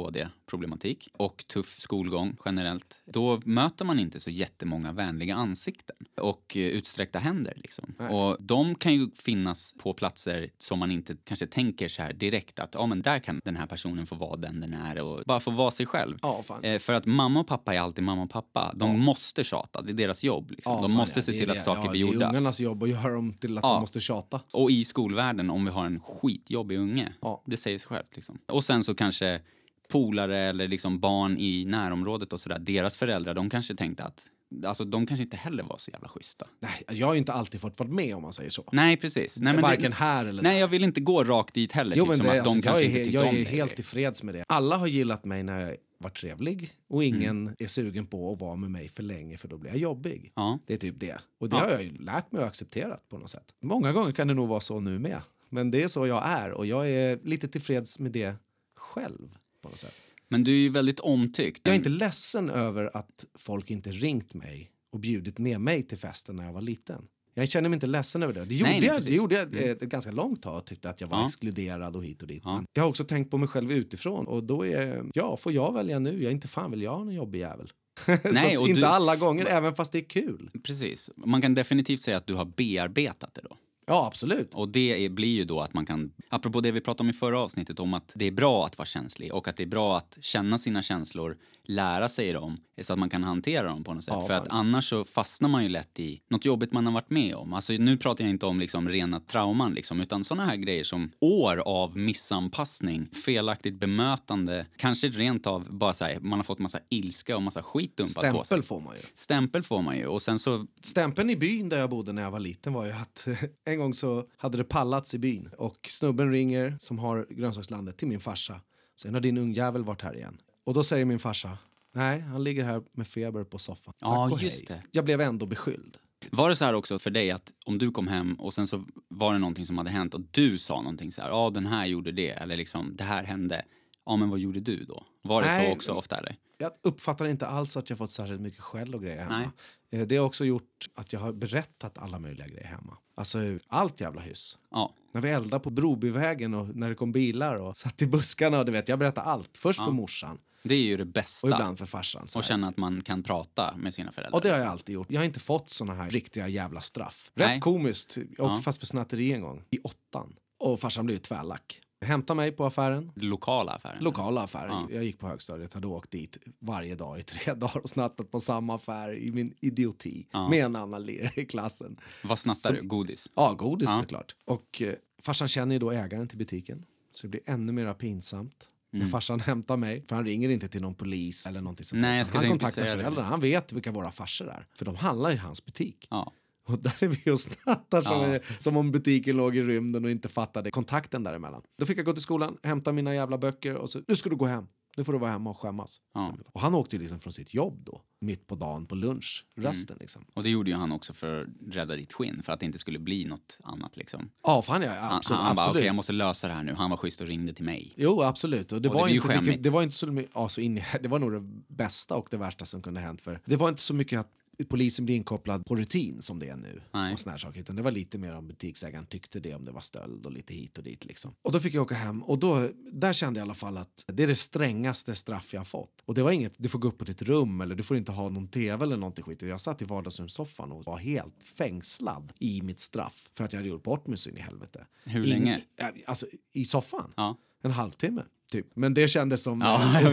problematik och tuff skolgång generellt, då möter man inte så jättemånga vänliga ansikten och utsträckta händer liksom. Och de kan ju finnas på platser som man inte kanske tänker så här direkt att men där kan den här personen få vara den är och bara få vara sig själv. Ja, fan. För att mamma och pappa är alltid mamma och pappa. De måste tjata, det är deras jobb liksom. Ja, de måste se till att saker blir gjorda. Det är ungarnas jobb att göra dem till att de måste tjata. Och i skolvärlden, om vi har en skitjobbig unge, det säger sig självt liksom. Och sen så kanske polare eller liksom barn i närområdet och sådär, deras föräldrar, de kanske tänkte att alltså de kanske inte heller var så jävla schyssta. Nej, jag har ju inte alltid fått vara med om man säger så. Nej, precis. Nej, men varken här eller nej, jag vill inte gå rakt dit heller. Jo, typ, men som det, att de alltså, kanske inte jag är om helt tillfreds med det. Alla har gillat mig när jag var trevlig och ingen är sugen på att vara med mig för länge för då blir jag jobbig. Ja. Det är typ det. Och det har jag ju lärt mig och accepterat på något sätt. Många gånger kan det nog vara så nu med. Men det är så jag är och jag är lite tillfreds med det själv på något sätt. Men du är ju väldigt omtyckt. Jag är inte ledsen över att folk inte ringt mig och bjudit med mig till festen när jag var liten. Jag känner mig inte ledsen över det. Det gjorde jag ett ganska långt tag och tyckte att jag var exkluderad och hit och dit. Men jag har också tänkt på mig själv utifrån och då får jag välja nu. Jag inte fan vill jag ha någon jobbig jävel. Nej, och inte alla gånger, även fast det är kul. Precis. Man kan definitivt säga att du har bearbetat det då. Ja, absolut. Och det blir ju då att man kan, apropå det vi pratade om i förra avsnittet, om att det är bra att vara känslig och att det är bra att känna sina känslor, lära sig dem så att man kan hantera dem på något sätt. För att annars så fastnar man ju lätt i något jobbigt man har varit med om. Alltså nu pratar jag inte om liksom rena trauman liksom, utan såna här grejer som år av missanpassning, felaktigt bemötande, kanske rent av bara så här, man har fått massa ilska och massa skit dumpat på sig. Stämpel får man ju. Och sen så... Stämpeln i byn där jag bodde när jag var liten var ju att en gång så hade det pallats i byn och snubben ringer som har grönsakslandet till min farsa. Sen har din ungjävel varit här igen. Och då säger min farsa, nej, han ligger här med feber på soffan. Ja, just det. Jag blev ändå beskylld. Var det så här också för dig att om du kom hem och sen så var det någonting som hade hänt och du sa någonting så här, den här gjorde det, eller liksom, det här hände. Ja, men vad gjorde du då? Var det så också ofta, eller? Jag uppfattar inte alls att jag fått särskilt mycket skäll och grejer hemma. Nej. Det har också gjort att jag har berättat alla möjliga grejer hemma. Alltså allt jävla hyss. Ja. När vi eldade på Brobyvägen och när det kom bilar och satt i buskarna och du vet, jag berättade allt. Först för morsan. Det är ju det bästa. Och ibland för farsan. Och känna att man kan prata med sina föräldrar. Och det har jag alltid gjort. Jag har inte fått såna här riktiga jävla straff. Rätt komiskt. Jag åkte fast för snatteri en gång. I 8:an. Och farsan blev tvärlack. Hämta mig på affären. Lokala affären? Lokala affären. Ja. Jag gick på högstadiet. Hade åkt dit varje dag i 3 dagar och snattat på samma affär i min idioti. Med en annan lirare i klassen. Vad snattar du? Godis? Ja, godis såklart. Och farsan känner ju då ägaren till butiken. Så det blir ännu mer pinsamt. När farsan hämtar mig. För han ringer inte till någon polis eller någonting sånt. Nej, han kontaktar föräldrarna. Han vet vilka våra farsor är. För de handlar i hans butik. Ja. Och där är vi och snattar som om butiken låg i rymden och inte fattade kontakten däremellan. Då fick jag gå till skolan, hämta mina jävla böcker och så, nu ska du gå hem. Nu får du vara hemma och skämmas. Ja. Och han åkte ju liksom från sitt jobb då. Mitt på dagen, på lunch. Rösten liksom. Och det gjorde ju han också för att rädda ditt skinn. För att det inte skulle bli något annat liksom. Ja, fan absolut. Han bara, okej, jag måste lösa det här nu. Han var schysst och ringde till mig. Jo, absolut. Och det var inte så mycket, det var nog det bästa och det värsta som kunde hänt. För det var inte så mycket att polisen blir inkopplad på rutin som det är nu. Nej. Och såna här saker. Utan det var lite mer om butiksägaren tyckte det, om det var stöld och lite hit och dit liksom. Och då fick jag åka hem och där kände jag i alla fall att det är det strängaste straff jag har fått. Och det var inget, du får gå upp på ditt rum eller du får inte ha någon tv eller någonting skit. Jag satt i vardagsrumssoffan och var helt fängslad i mitt straff för att jag hade gjort bort mig så in i helvete. Hur länge? Alltså i soffan. Ja. En halvtimme. Typ. Men det kändes som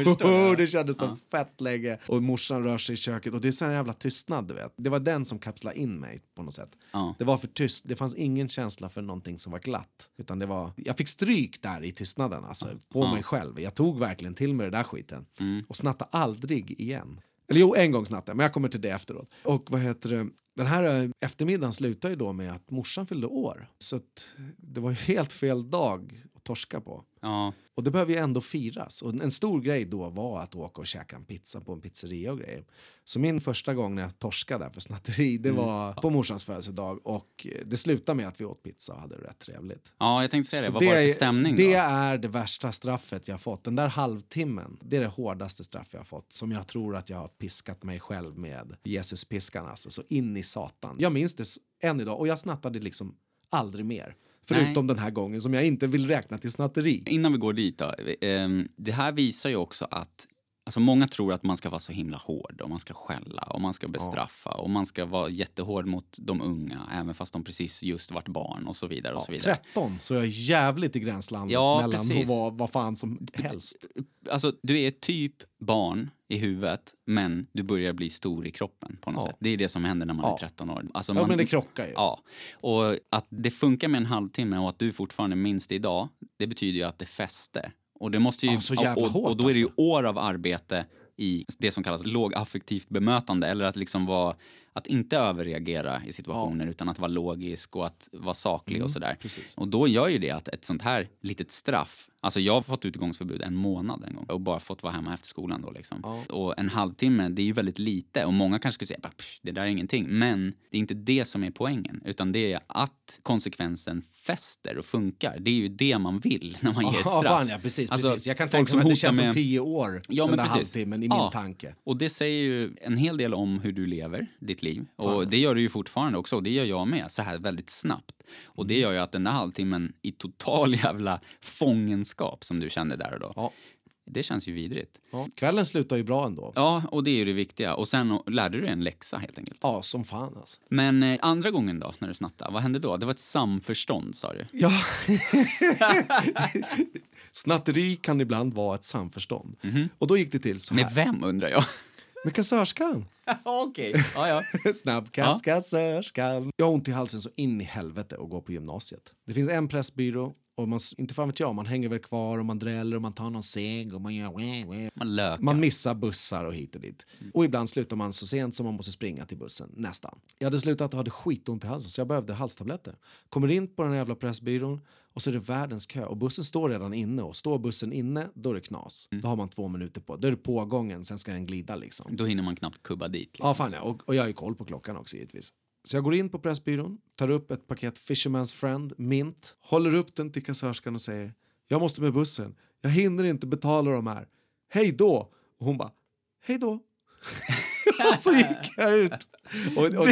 det kändes som fett läge. Och morsan rör sig i köket och det är så en jävla tystnad, du vet. Det var den som kapslade in mig på något sätt. Det var för tyst. Det fanns ingen känsla för någonting som var glatt. Utan det var, jag fick stryk där i tystnaden alltså, på mig själv. Jag tog verkligen till mig det där skiten. Och snattade aldrig igen. Eller jo, en gång snattade, men jag kommer till det efteråt. Och vad heter det? Den här eftermiddagen slutade ju då med att morsan fyllde år. Så att det var ju helt fel dag att torska på. Ja. Och det behöver ju ändå firas. Och en stor grej då var att åka och käka en pizza på en pizzeria och grejer. Så min första gång när jag torskade där för snatteri, det var på morsans födelsedag. Och det slutade med att vi åt pizza och hade det rätt trevligt. Ja, jag tänkte säga det. Vad var det för stämning då? Det är det värsta straffet jag har fått. Den där halvtimmen, det är det hårdaste straff jag har fått. Som jag tror att jag har piskat mig själv med Jesus-piskan. Alltså, så in i satan. Jag minns det än idag och jag snattade liksom aldrig mer. Förutom den här gången som jag inte vill räkna till snatteri. Innan vi går dit då. Det här visar ju också att alltså många tror att man ska vara så himla hård och man ska skälla och man ska bestraffa och man ska vara jättehård mot de unga även fast de precis just varit barn och så vidare och så vidare. 13 så jag är jävligt i gränslandet mellan precis. att vara vad fan som helst. Alltså du är typ barn i huvudet men du börjar bli stor i kroppen på något sätt. Det är det som händer när man är 13 år. Alltså men det krockar ju. Ja, och att det funkar med en halvtimme och att du fortfarande minns det idag, det betyder ju att det fäste. Och det måste ju, så jävla hårt, och då är det ju år av arbete i det som kallas lågaffektivt bemötande eller att liksom vara att inte överreagera i situationer utan att vara logisk och att vara saklig och sådär. Precis. Och då gör ju det att ett sånt här litet straff, alltså jag har fått utgångsförbud 1 månad en gång och bara fått vara hemma efter skolan då liksom. Och en halvtimme, det är ju väldigt lite och många kanske skulle säga det där är ingenting, men det är inte det som är poängen utan det är att konsekvensen fäster och funkar. Det är ju det man vill när man ger ett straff. Ja, precis. Alltså, jag kan tänka mig att det känns som 10 år den där halvtimmen i min tanke. Och det säger ju en hel del om hur du lever ditt liv. Och det gör du ju fortfarande också. Och det gör jag med så här väldigt snabbt. Och det gör ju att den där halvtimmen i total jävla fångenskap som du kände där och då. Det känns ju vidrigt. Kvällen slutar ju bra ändå. Ja, och det är ju det viktiga. Och sen lärde du en läxa helt enkelt. Ja, som fan alltså. Men andra gången då, när du snattade, vad hände då? Det var ett samförstånd, sa du. Ja. Snatteri kan ibland vara ett samförstånd. Och då gick det till så här. Med vem, undrar jag? Med kassörskan. Okej. Ja. Snabbkassörskan. Jag har ont i halsen så in i helvete och går på gymnasiet. Det finns en pressbyrå och man, inte fan vet jag, man hänger väl kvar och man dräller och man tar någon seg och man gör... Man lökar. Man missar bussar och hit och dit. Och ibland slutar man så sent som man måste springa till bussen, nästan. Jag hade slutat och hade skitont i halsen så jag behövde halstabletter. Kommer in på den jävla pressbyrån och så är det världens kö. Och bussen står redan inne och står bussen inne, då är det knas. Då har man 2 minuter på. Då är det pågången, sen ska den glida liksom. Då hinner man knappt kubba dit. Liksom. Ja, fan ja. Och jag har ju koll på klockan också givetvis. Så jag går in på pressbyrån, tar upp ett paket Fisherman's Friend, mint, håller upp den till kassörskan och säger: jag måste med bussen. Jag hinner inte betala de här. Hej då! Och hon bara: hej då. Och så gick jag ut. Och det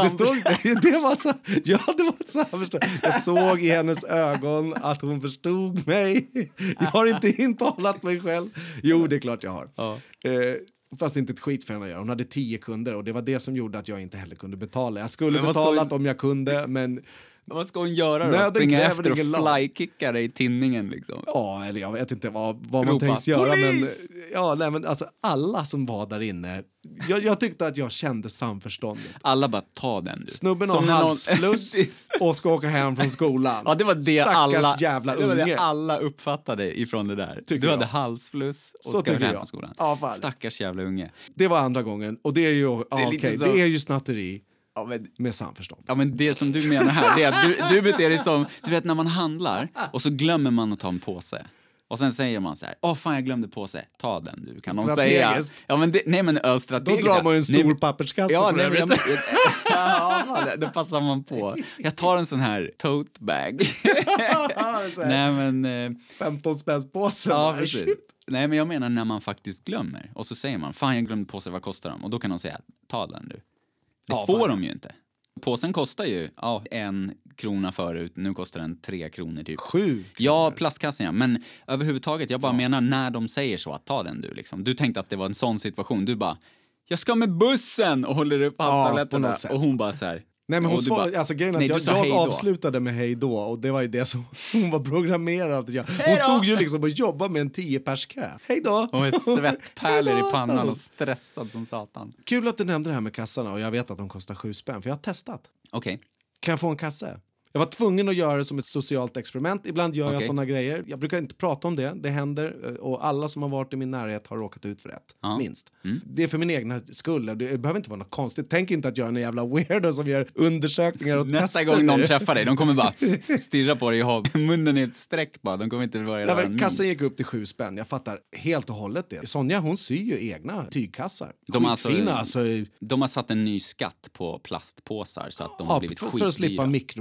var ett samförstånd. Jag såg i hennes ögon att hon förstod mig. Jag har inte intalat mig själv. Jo, det är klart jag har. Ja. Fast inte ett skit för henne att göra. Hon hade 10 kunder och det var det som gjorde att jag inte heller kunde betala. Jag skulle betalat om jag kunde, men... Vad ska hon göra då? Springa efter och flykicka dig i tinningen liksom? Ja, eller jag vet inte vad man tänkte göra. Polis! Men alltså alla som var där inne, jag tyckte att jag kände samförståndet. Alla bara, ta den du. Snubben har halsfluss och ska åka hem från skolan. Ja, det var det Stackars jävla unge. Det var det alla uppfattade ifrån det där. Du hade halsfluss och ska hem från skolan. Ja, fan. Stackars jävla unge. Det var andra gången och det är ju det är ju snatteri. Ja, med samförstånd. Ja, men det som du menar här, det är att du beter dig som, du vet när man handlar och så glömmer man att ta en påse. Och sen säger man så här: fan jag glömde påse, ta den du. Kan de säga. Ja, men strategiskt. Då drar man ju en stor papperskasse. Ja, det passar man på. Jag tar en sån här tote bag. Nej, men 15 spänns påse. Ja, precis. Nej, men jag menar när man faktiskt glömmer. Och så säger man: fan jag glömde påse, vad kostar de? Och då kan de säga: ta den du. Det får de ju inte. Påsen kostar ju 1 krona förut. Nu kostar den 3 kronor typ. 7. Ja, plastkassen ja. Men överhuvudtaget, jag bara menar när de säger så, att ta den du liksom. Du tänkte att det var en sån situation. Du bara: jag ska med bussen och håller upp halstabletterna. Och hon bara så här. Nej, men hon bara, alltså grejen att jag avslutade med hej då och det var ju det som hon var programmerad. Hon stod ju liksom och jobbade med en 10-perskö. Hej då! Och med svettpärlor i pannan och stressad som satan. Kul att du nämnde det här med kassarna och jag vet att de kostar 7 spänn för jag har testat. Okej. Kan jag få en kasse? Jag var tvungen att göra det som ett socialt experiment. Ibland gör jag såna grejer. Jag brukar inte prata om det. Det händer. Och alla som har varit i min närhet har råkat ut för det. Minst. Det är för min egna skull. Det behöver inte vara något konstigt. Tänk inte att jag är en jävla weirdo som gör undersökningar och nästa tester. Gång någon träffar dig, de kommer bara stirra på dig och ha munnen i ett streck bara. De kommer inte vara kassen gick upp till 7 spänn. Jag fattar helt och hållet det. Sonja, hon syr ju egna tygkassar. De har satt en ny skatt på plastpåsar så att de har blivit skitdyra. För att slippa mikroplasten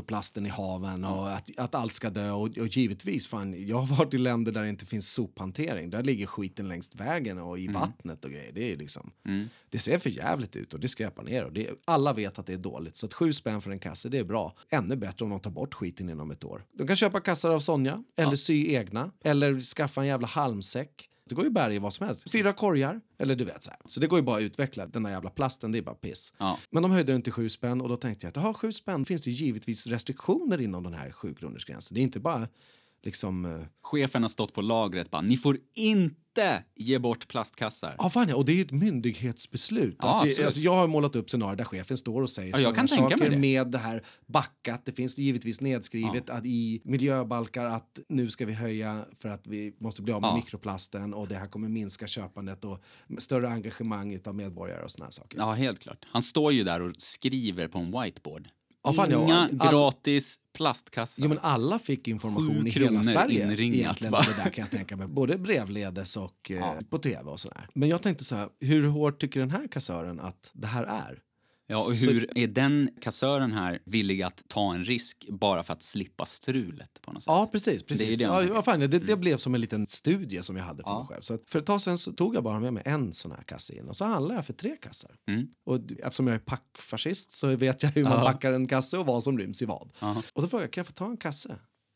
mikroplasten i haven och att allt ska dö. Och givetvis, fan, jag har varit i länder där det inte finns sophantering. Där ligger skiten längs vägen och i vattnet och grejer. Det är liksom, det ser för jävligt ut och det skräpar ner. Och alla vet att det är dåligt. Så att 7 spänn för en kasse, det är bra. Ännu bättre om de tar bort skiten inom ett år. De kan köpa kassar av Sonja, eller sy egna, eller skaffa en jävla halmsäck. Det går ju bära i vad som helst. 4 korgar, eller du vet så här. Så det går ju bara att utveckla. Den där jävla plasten, det är bara piss. Ja. Men de höjde den till 7 spänn och då tänkte jag att 7 spänn finns det givetvis restriktioner inom den här 7-kronorsgränsen. Det är inte bara liksom... Chefen har stått på lagret bara, ni får inte ge bort plastkassar. Ja, fan ja, och det är ju ett myndighetsbeslut. Ja, alltså, jag har målat upp scenarier där chefen står och säger jag kan tänka mig det. med det här backat. Det finns givetvis nedskrivet att i miljöbalkar att nu ska vi höja för att vi måste bli av med mikroplasten och det här kommer minska köpandet och större engagemang utav medborgare och såna här saker. Ja, helt klart. Han står ju där och skriver på en whiteboard. Ja, fan, Inga gratis plastkassar. Jo, men alla fick information i hela Sverige egentligen. Det där kan jag tänka mig. Både brevledes och på tv och sådär. Men jag tänkte så här, hur hårt tycker den här kassören att det här är? Ja, och hur är den kassören här villig att ta en risk bara för att slippa strulet på något sätt? Ja, precis. Det Det blev som en liten studie som jag hade för mig själv. Så för ett tag sen så tog jag bara med mig en sån här kasse in och så handlade jag för 3 kassar. Och eftersom jag är packfascist så vet jag hur man packar en kasse och vad som ryms i vad. Och då frågade jag, kan jag få ta en kasse?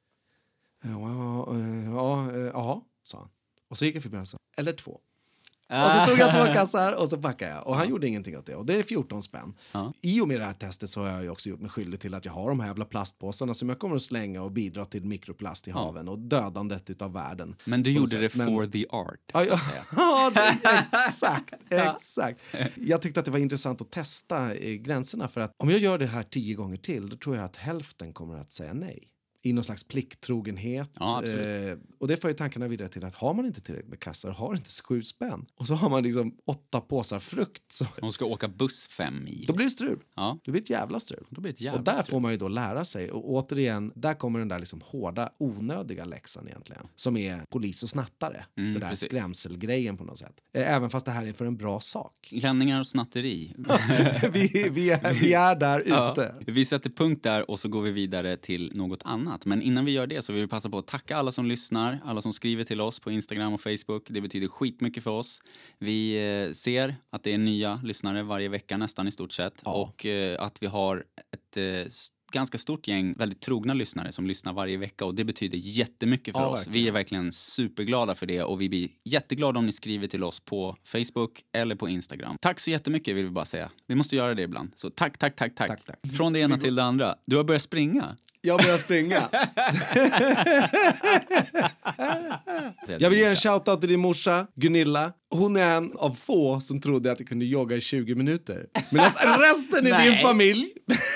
Ja, sa han. Och så gick jag förbi och sa, eller 2. Och så tog jag 2 kassar och så packade jag. Och han gjorde ingenting åt det. Och det är 14 spänn. I och med det här testet så har jag ju också gjort mig skyldig till att jag har de här jävla plastpåsarna som jag kommer att slänga och bidra till mikroplast i haven och dödandet utav världen. Men du gjorde det for the art, så att säga. Ja, exakt. Jag tyckte att det var intressant att testa gränserna för att om jag gör det här 10 gånger till då tror jag att hälften kommer att säga nej. I någon slags plikttrogenhet. Ja, och det för ju tankarna vidare till att har man inte tillräckligt med kassar, har inte 7 spänn. Och så har man liksom 8 påsar frukt. Så hon ska åka buss 5 i. då blir det strul. Ja. Det blir ett jävla strul. Och där får man ju då lära sig. Och återigen, där kommer den där liksom hårda, onödiga läxan egentligen. Som är polis och snattare. Det där skrämselgrejen på något sätt. Även fast det här är för en bra sak. Klänningar och snatteri. vi är där ute. Vi sätter punkt där och så går vi vidare till något annat. Men innan vi gör det så vill vi passa på att tacka alla som lyssnar, alla som skriver till oss på Instagram och Facebook. Det betyder skitmycket för oss. Vi ser att det är nya lyssnare varje vecka nästan i stort sett. Och att vi har ett ganska stort gäng väldigt trogna lyssnare som lyssnar varje vecka och det betyder jättemycket för oss. Verkligen. Vi är verkligen superglada för det och vi blir jätteglada om ni skriver till oss på Facebook eller på Instagram. Tack så jättemycket vill vi bara säga. Vi måste göra det ibland. Så tack. Från det ena till det andra. Du har börjat springa. Jag börjar springa. Jag vill ge en shoutout till din morsa, Gunilla. Hon är en av få som trodde att jag kunde jogga i 20 minuter. Men resten i din familj.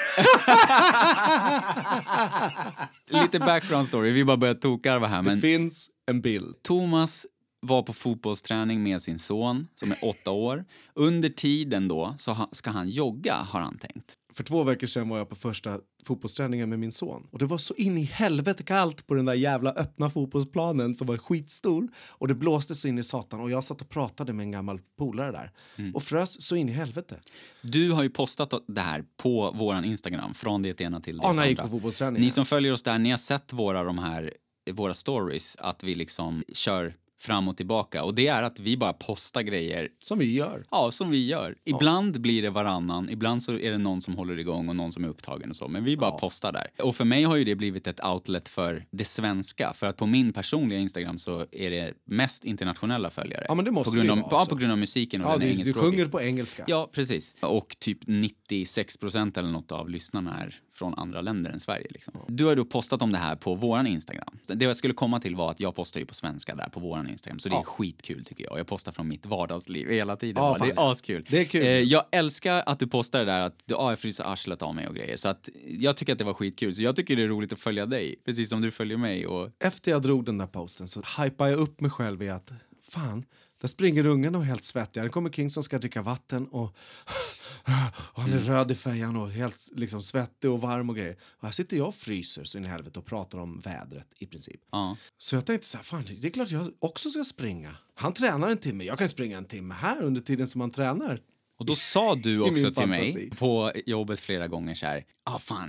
Lite background story. Vi bara börjar tokarva här. Det finns en bild. Thomas var på fotbollsträning med sin son som är 8 år. Under tiden då så ska han jogga, har han tänkt. För 2 veckor sedan var jag på första fotbollsträningen med min son. Och det var så in i helvete kallt på den där jävla öppna fotbollsplanen som var skitstor. Och det blåste så in i satan. Och jag satt och pratade med en gammal polare där. Och frös så in i helvete. Du har ju postat det här på våran Instagram. Från det ena till det andra. När jag gick på fotbollsträningen. Ni som följer oss där, ni har sett våra stories. Att vi liksom kör fram och tillbaka. Och det är att vi bara postar grejer. Som vi gör. Ja, som vi gör. Ibland blir det varannan. Ibland så är det någon som håller igång och någon som är upptagen och så. Men vi bara postar där. Och för mig har ju det blivit ett outlet för det svenska. För att på min personliga Instagram så är det mest internationella följare. Ja, men det måste på grund av musiken och den engelskspråkiga. Du sjunger på engelska. Ja, precis. Och typ 96% eller något av lyssnarna är från andra länder än Sverige. Liksom. Du har då postat om det här på våran Instagram. Det jag skulle komma till var att jag postar ju på svenska där på våran Instagram. Så det är skitkul tycker jag. Jag postar från mitt vardagsliv hela tiden. Ja, det är askul. Det är kul. Jag älskar att du postar det där att jag fryser arslet av mig och grejer. Så att jag tycker att det var skitkul. Så jag tycker det är roligt att följa dig. Precis som du följer mig. Och... Efter jag drog den där posten så hypade jag upp mig själv i att fan, där springer ungen och helt svettig. Det kommer King som ska dricka vatten och han är röd i färgen och helt liksom svettig och varm och grejer. Och här sitter jag och fryser så in i helvete och pratar om vädret i princip. Så jag tänkte så här, fan det är klart jag också ska springa. Han tränar en timme, jag kan springa en timme här under tiden som han tränar. Och då sa du också till mig på jobbet flera gånger så här, fan,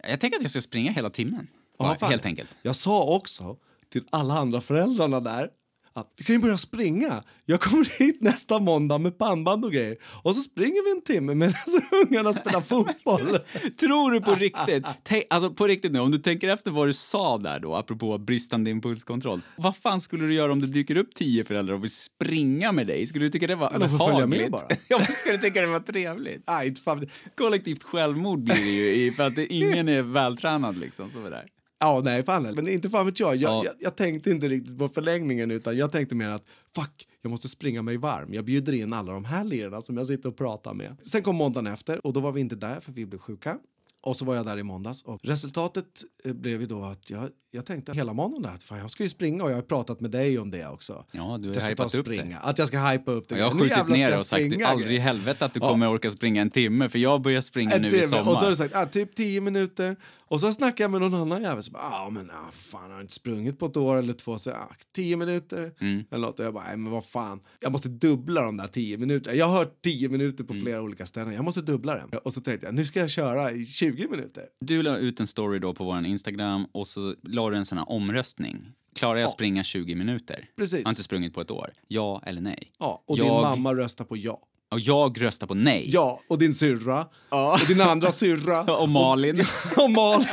Jag tänker att jag ska springa hela timmen. Helt enkelt. Jag sa också till alla andra föräldrarna där att vi kan ju börja springa. Jag kommer hit nästa måndag med pannband och grejer. Och så springer vi en timme medan ungarna spelar fotboll. Tror du på riktigt? Alltså på riktigt nu, om du tänker efter vad du sa där då, apropå bristande impulskontroll. Vad fan skulle du göra om det dyker upp 10 föräldrar och vill springa med dig? Skulle du tycka det var behagligt? Följa med bara. Ja, men skulle du tycka det var trevligt? Nej, inte fan. Kollektivt självmord blir det ju för att ingen är vältränad liksom. Så där. Ja, nej, fan. Men inte fan vet jag. Jag tänkte inte riktigt på förlängningen, utan jag tänkte mer att fuck, jag måste springa mig varm. Jag bjuder in alla de här lirarna som jag sitter och pratar med. Sen kom måndagen efter och då var vi inte där för vi blev sjuka. Och så var jag där i måndags och resultatet blev ju då att jag tänkte hela måndagen där att fan, jag ska ju springa och jag har pratat med dig om det också. Ja, du har hypat upp det. Att jag ska hypa upp det. Jag har skjutit ner och sagt att aldrig i helvete att du kommer orka springa en timme, för jag börjar springa nu i sommar. Och så har du sagt typ 10 minuter. Och så snackar jag med någon annan jävel som fan, har inte sprungit på ett år eller 2, så 10 minuter eller något. Och jag bara, nej men vad fan, jag måste dubbla de där 10 minuter. Jag har hört 10 minuter på flera olika ställen. Jag måste dubbla den. Och så tänkte jag, nu ska jag köra i 20 minuter. Du la ut en story då på vår Instagram och så la du en sån här omröstning. Klarar jag springa 20 minuter? Precis. Jag har inte sprungit på ett år. Ja eller nej? Ja, och din mamma röstar på ja. Och jag röstar på nej. Ja, och din syrra. Ja. Och din andra syrra. Och Malin. Och Malin.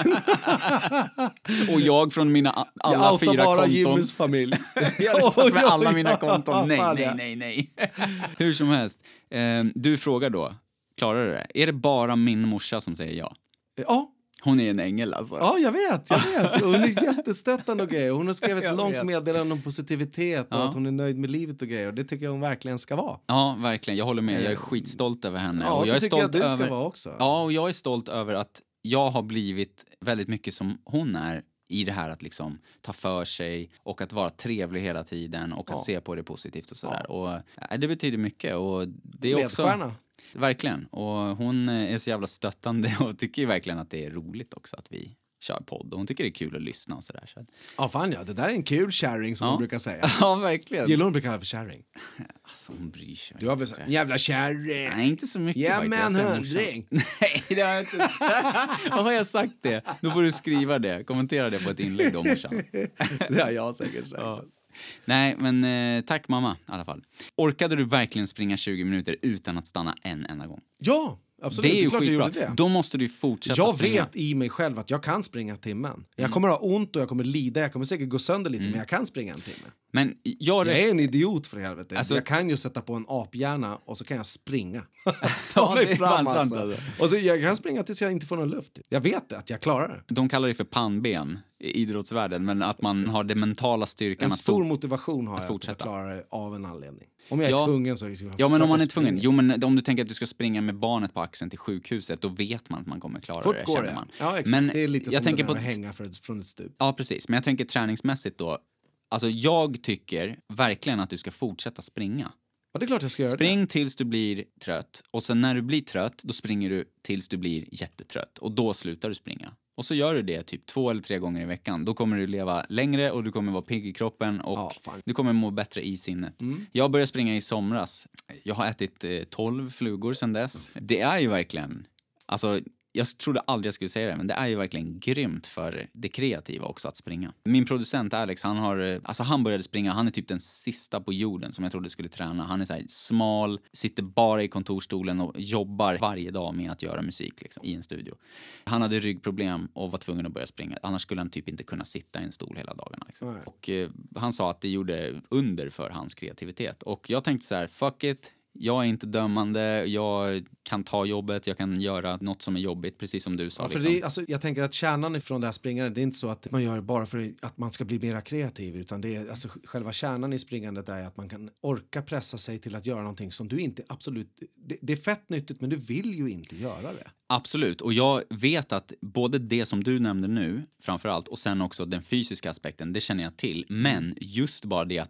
Och jag från mina alla 4 konton. Bara Jimmys familj. Jag röstar för alla mina konton. Nej. Hur som helst. Du frågar då, klarar du det? Är det bara min morsa som säger ja? Ja. Hon är en ängel alltså. Ja, jag vet. Hon är jättestöttande och grejer. Hon har skrivit ett långt meddelande om positivitet och att hon är nöjd med livet och grejer. Och det tycker jag hon verkligen ska vara. Ja, verkligen. Jag håller med. Jag är skitstolt över henne. Ja, och jag är tycker stolt jag du ska vara också. Ja, och jag är stolt över att jag har blivit väldigt mycket som hon är i det här att liksom ta för sig och att vara trevlig hela tiden och att se på det positivt och sådär. Ja. Och det betyder mycket och det är också... Ledstjärna. Verkligen. Och hon är så jävla stöttande och tycker ju verkligen att det är roligt också att vi kör podd. Och hon tycker det är kul att lyssna och sådär. Så. Ja, fan ja. Det där är en kul kärring som hon brukar säga. Ja, verkligen. Gillar hon brukar kalla för kärring? Alltså, hon bryr sig. Du har väl sagt, jävla kärring. Nej, inte så mycket. Ja, men 100. Nej, det har jag inte sagt. Har jag sagt det? Då får du skriva det. Kommentera det på ett inlägg då, morsan. Det har jag säkert sagt. Ja. Nej, men tack mamma i alla fall. Orkade du verkligen springa 20 minuter utan att stanna en enda gång? Ja, absolut. Det är ju skitbra. Då måste du fortsätta springa. Jag vet i mig själv att jag kan springa timmen. Jag kommer ha ont och jag kommer lida. Jag kommer säkert gå sönder lite, men jag kan springa en timme. Men jag är en idiot för helvete. Alltså, jag kan ju sätta på en aphjärna och så kan jag springa. Ja, det är fan sant alltså. Och så jag kan springa tills jag inte får någon luft. Jag vet att jag klarar det. De kallar det för pannben i idrottsvärlden, men att man har det mentala styrkan. En stor motivation har jag fortsätta. Att klara det av en anledning. Om jag är tvungen så... Ja, men om man är tvungen. Jo, men om du tänker att du ska springa med barnet på axeln till sjukhuset, då vet man att man kommer klara det, känner man. Ja, exakt. Men det är lite som det där att hänga från ett stup. Ja, precis. Men jag tänker träningsmässigt då. Alltså, jag tycker verkligen att du ska fortsätta springa. Ja, det är klart jag ska göra Spring tills du blir trött. Och sen när du blir trött, då springer du tills du blir jättetrött. Och då slutar du springa. Och så gör du det typ 2 eller 3 gånger i veckan. Då kommer du leva längre och du kommer vara pigg i kroppen och du kommer må bättre i sinnet. Jag började springa i somras. Jag har ätit 12 flugor sedan dess. Det är ju verkligen... Alltså, jag trodde aldrig jag skulle säga det, men det är ju verkligen grymt för det kreativa också att springa. Min producent Alex, han började springa. Han är typ den sista på jorden som jag trodde skulle träna. Han är så här smal, sitter bara i kontorstolen och jobbar varje dag med att göra musik liksom, i en studio. Han hade ryggproblem och var tvungen att börja springa. Annars skulle han typ inte kunna sitta i en stol hela dagarna. Liksom. Och han sa att det gjorde under för hans kreativitet. Och jag tänkte så här, fuck it. Jag är inte dömande, jag kan ta jobbet, jag kan göra något som är jobbigt, precis som du sa. Ja, för liksom. Jag tänker att kärnan ifrån det här springandet, det är inte så att man gör det bara för att man ska bli mer kreativ, utan det är, alltså, själva kärnan i springandet är att man kan orka pressa sig till att göra någonting som du inte absolut... Det är fett nyttigt, men du vill ju inte göra det. Absolut, och jag vet att både det som du nämnde nu, framförallt, och sen också den fysiska aspekten, det känner jag till. Men just bara det att det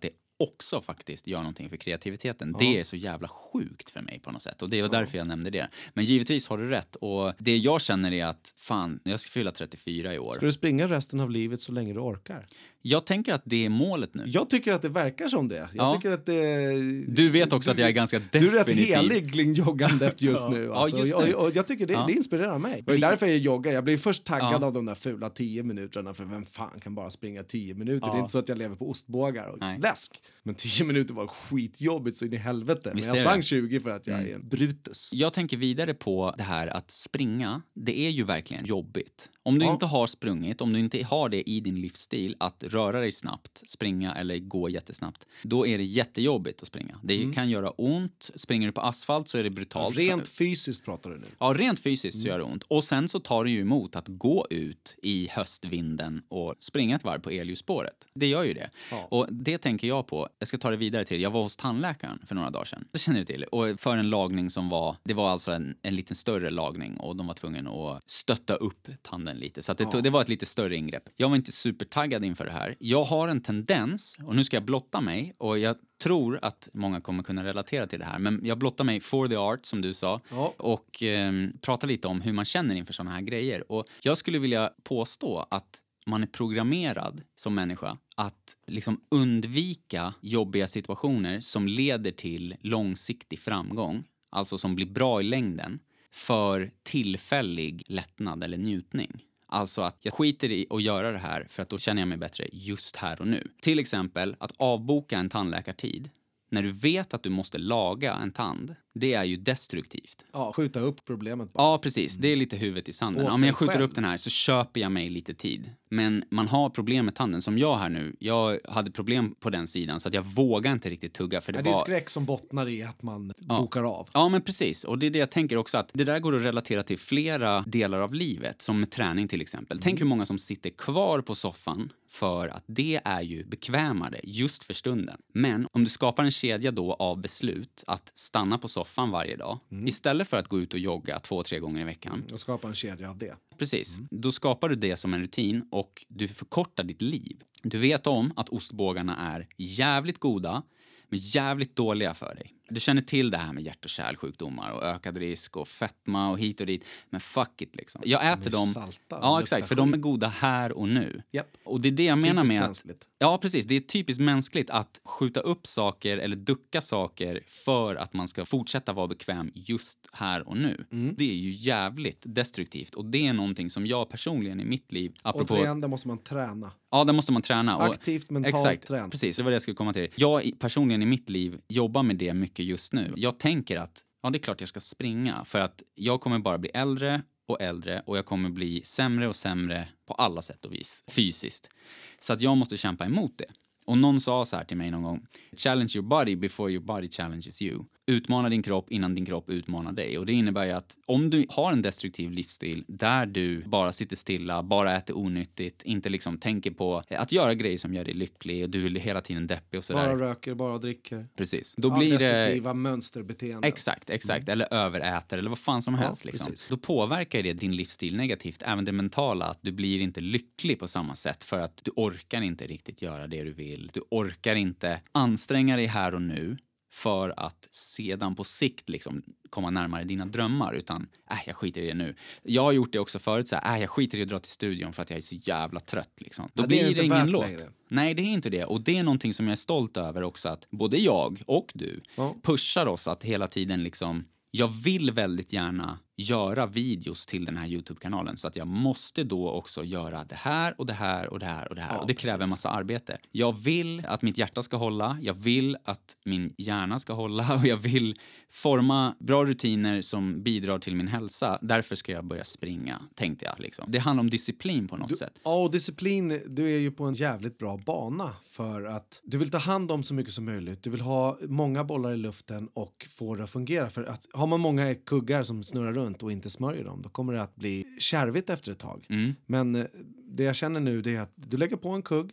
också faktiskt gör någonting för kreativiteten. Det är så jävla sjukt för mig på något sätt. Och det var därför jag nämnde det. Men givetvis har du rätt. Och det jag känner är att fan, jag ska fylla 34 i år. Ska du springa resten av livet så länge du orkar? Jag tänker att det är målet nu. Jag tycker att det verkar som det. Jag tycker att du vet också att jag är ganska definitiv. Du är rätt helig joggandet just nu. Alltså. Just nu. Och jag tycker det inspirerar mig. Det är därför jag joggar. Jag blir först taggad av de där fula 10 minuterna. För vem fan kan bara springa 10 minuter? Det är inte så att jag lever på ostbågar och läsk. Men 10 minuter var skitjobbigt så in i helvete. Men jag sprang 20 för att jag är en Brutus. Jag tänker vidare på det här att springa. Det är ju verkligen jobbigt. Om du inte har sprungit, om du inte har det i din livsstil att röra dig snabbt, springa eller gå jättesnabbt, då är det jättejobbigt att springa. Det kan göra ont. Springer du på asfalt så är det brutalt. Rent fysiskt pratar du nu? Ja, rent fysiskt så gör det ont. Och sen så tar det ju emot att gå ut i höstvinden och springa ett varv på elljusspåret. Det gör ju det. Ja. Och det tänker jag på. Jag ska ta det vidare till. Jag var hos tandläkaren för några dagar sedan. Det känner du till. Och för en lagning som var, det var alltså en lite större lagning och de var tvungna att stötta upp tanden lite. Så att det var ett lite större ingrepp. Jag var inte supertaggad inför det här. Jag har en tendens, och nu ska jag blotta mig, och jag tror att många kommer kunna relatera till det här, men jag blottar mig for the art, som du sa, och pratar lite om hur man känner inför såna här grejer. Och jag skulle vilja påstå att man är programmerad som människa att liksom undvika jobbiga situationer som leder till långsiktig framgång, alltså som blir bra i längden, för tillfällig lättnad eller njutning. Alltså att jag skiter i att göra det här för att då känner jag mig bättre just här och nu. Till exempel att avboka en tandläkartid när du vet att du måste laga en tand. Det är ju destruktivt. Ja, skjuta upp problemet bara. Ja, precis. Det är lite huvudet i sanden. Om jag skjuter upp den här så köper jag mig lite tid. Men man har problem med tanden. Som jag här nu. Jag hade problem på den sidan så att jag vågar inte riktigt tugga. För det är skräck som bottnar i att man bokar av. Ja, men precis. Och det är det jag tänker också, att det där går att relatera till flera delar av livet. Som med träning till exempel. Tänk hur många som sitter kvar på soffan för att det är ju bekvämare just för stunden. Men om du skapar en kedja då av beslut att stanna på soffan varje dag istället för att gå ut och jogga 2-3 gånger i veckan. Och skapa en kedja av det. Precis. Då skapar du det som en rutin och du förkortar ditt liv. Du vet om att ostbågarna är jävligt goda men jävligt dåliga för dig. Du känner till det här med hjärt- och kärlsjukdomar och ökad risk och fetma och hit och dit. Men fuck it liksom. Jag äter dem. Salta, ja, exakt. För de är goda här och nu. Yep. Och det är det jag menar med att... Mänskligt. Ja, precis. Det är typiskt mänskligt att skjuta upp saker eller ducka saker för att man ska fortsätta vara bekväm just här och nu. Det är ju jävligt destruktivt. Och det är någonting som jag personligen i mitt liv... Apropå, och där måste man träna. Ja, där måste man träna. Aktivt, mentalt träna. Precis, det var det jag skulle komma till. Jag personligen i mitt liv jobbar med det mycket just nu. Jag tänker att, ja, det är klart jag ska springa. För att jag kommer bara bli äldre och äldre och jag kommer bli sämre och sämre på alla sätt och vis, fysiskt. Så att jag måste kämpa emot det. Och någon sa så här till mig någon gång: challenge your body before your body challenges you. Utmana din kropp innan din kropp utmanar dig. Och det innebär ju att om du har en destruktiv livsstil där du bara sitter stilla, bara äter onyttigt, inte liksom tänker på att göra grejer som gör dig lycklig och du är hela tiden deppig och sådär. Bara röker, bara dricker. Precis. Då blir destruktiva mönsterbeteenden. Exakt. Eller överäter eller vad fan som helst. Liksom. Precis. Då påverkar det din livsstil negativt. Även det mentala, att du blir inte lycklig på samma sätt för att du orkar inte riktigt göra det du vill. Du orkar inte anstränga dig här och nu för att sedan på sikt liksom komma närmare dina drömmar, utan jag skiter i det nu. Jag har gjort det också förut, så här, jag skiter i att dra till studion för att jag är så jävla trött liksom. Då blir det ingen låt. Längre. Nej, det är inte det. Och det är någonting som jag är stolt över också, att både jag och du pushar oss att hela tiden liksom, jag vill väldigt gärna göra videos till den här YouTube-kanalen, så att jag måste då också göra det här och det här och det här och det här. Och det kräver en massa arbete. Jag vill att mitt hjärta ska hålla, jag vill att min hjärna ska hålla och jag vill forma bra rutiner som bidrar till min hälsa. Därför ska jag börja springa, tänkte jag liksom. Det handlar om disciplin på något sätt. Ja, och disciplin, du är ju på en jävligt bra bana för att du vill ta hand om så mycket som möjligt. Du vill ha många bollar i luften och få det att fungera. För att har man många kuggar som snurrar runt och inte smörjer dem, då kommer det att bli kärvigt efter ett tag. Men det jag känner nu, det är att du lägger på en kugg,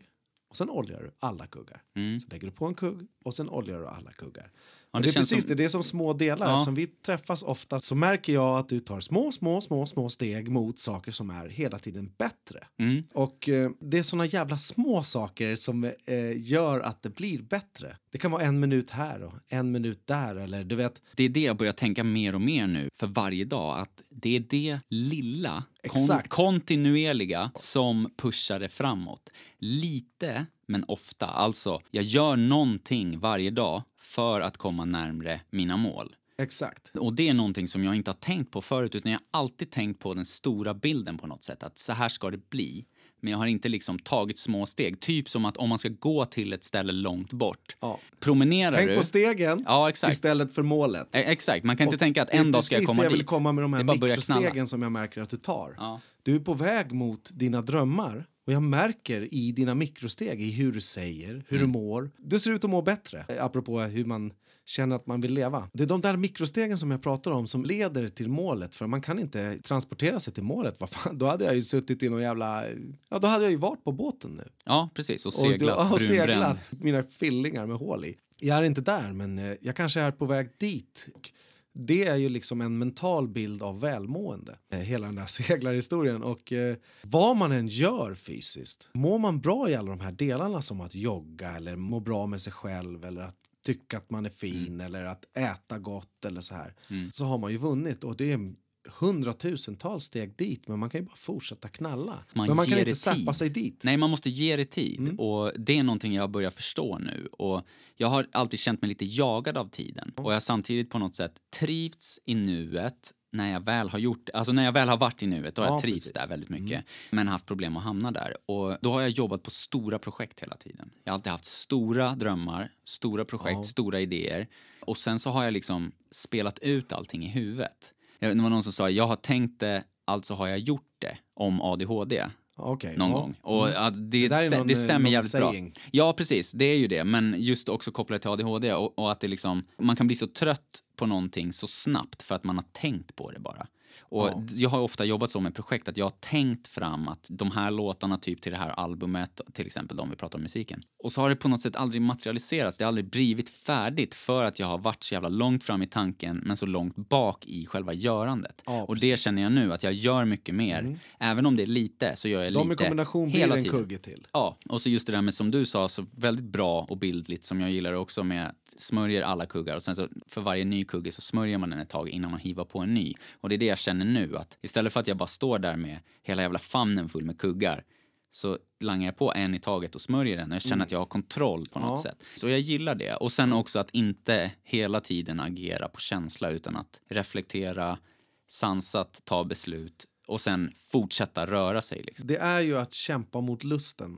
och sen oljar du alla kuggar. Så lägger du på en kugg och sen oljar du alla kuggar. Ja, det är precis som... det är som små delar. Ja. Som vi träffas ofta så märker jag att du tar små steg mot saker som är hela tiden bättre. Och det är såna jävla små saker som gör att det blir bättre. Det kan vara 1 minut här och 1 minut där, eller du vet. Det är det jag börjar tänka mer och mer nu för varje dag, att det är det lilla, kontinuerliga som pushar det framåt. Lite, men ofta. Alltså, jag gör någonting varje dag för att komma närmare mina mål. Exakt. Och det är någonting som jag inte har tänkt på förut, utan jag har alltid tänkt på den stora bilden på något sätt. Att så här ska det bli. Men jag har inte liksom tagit små steg. Typ som att om man ska gå till ett ställe långt bort. Ja. Promenerar Tänk på stegen istället för målet. Exakt, man kan inte tänka att en dag ska jag komma dit. Jag vill komma med de här mikrostegen som jag märker att du tar. Ja. Du är på väg mot dina drömmar. Och jag märker i dina mikrosteg, i hur du säger, hur du mår. Du ser ut att må bättre, apropå hur man känner att man vill leva. Det är de där mikrostegen som jag pratar om som leder till målet. För man kan inte transportera sig till målet. Vad fan? Då hade jag ju suttit i någon jävla... Ja, då hade jag ju varit på båten nu. Ja, precis. Och seglat. Och seglat mina fillingar med hål i. Jag är inte där, men jag kanske är på väg dit. Det är ju liksom en mental bild av välmående. Hela den där seglarhistorien. Och vad man än gör fysiskt. Mår man bra i alla de här delarna som att jogga eller må bra med sig själv eller att tycka att man är fin eller att äta gott eller så här. Så har man ju vunnit och det är 100,000-tals steg dit, men man kan ju bara fortsätta knalla. Men man kan inte zappa sig dit. Nej, man måste ge det tid. Och det är någonting jag börjar förstå nu. Och jag har alltid känt mig lite jagad av tiden. Och jag har samtidigt på något sätt trivts i nuet när jag väl har gjort, alltså när jag väl har varit i nuet, då har jag trivts där väldigt mycket. Men haft problem att hamna där. Och då har jag jobbat på stora projekt hela tiden. Jag har alltid haft stora drömmar, stora projekt, stora idéer. Och sen så har jag liksom spelat ut allting i huvudet. Det var någon som sa, jag har tänkt det, alltså har jag gjort det om ADHD. Någon gång. Och att det stämmer jävligt bra. Ja, precis. Det är ju det. Men just också kopplat till ADHD och att det liksom, man kan bli så trött på någonting så snabbt för att man har tänkt på det bara. Och jag har ofta jobbat så med projekt att jag har tänkt fram att de här låtarna typ till det här albumet, till exempel de vi pratar om musiken. Och så har det på något sätt aldrig materialiserats. Det har aldrig blivit färdigt för att jag har varit så jävla långt fram i tanken men så långt bak i själva görandet. Och det känner jag nu att jag gör mycket mer. Även om det är lite så gör jag lite. De i kombination blir en kugge till. Ja, och så just det där med som du sa så väldigt bra och bildligt som jag gillar också med smörjer alla kuggar och sen så för varje ny kugge så smörjer man den ett tag innan man hivar på en ny. Och det är det jag känner nu, att istället för att jag bara står där med hela jävla famnen full med kuggar så langar jag på en i taget och smörjer den och jag känner att jag har kontroll på något sätt. Så jag gillar det. Och sen också att inte hela tiden agera på känsla utan att reflektera, sansat, ta beslut och sen fortsätta röra sig. Liksom. Det är ju att kämpa mot lusten.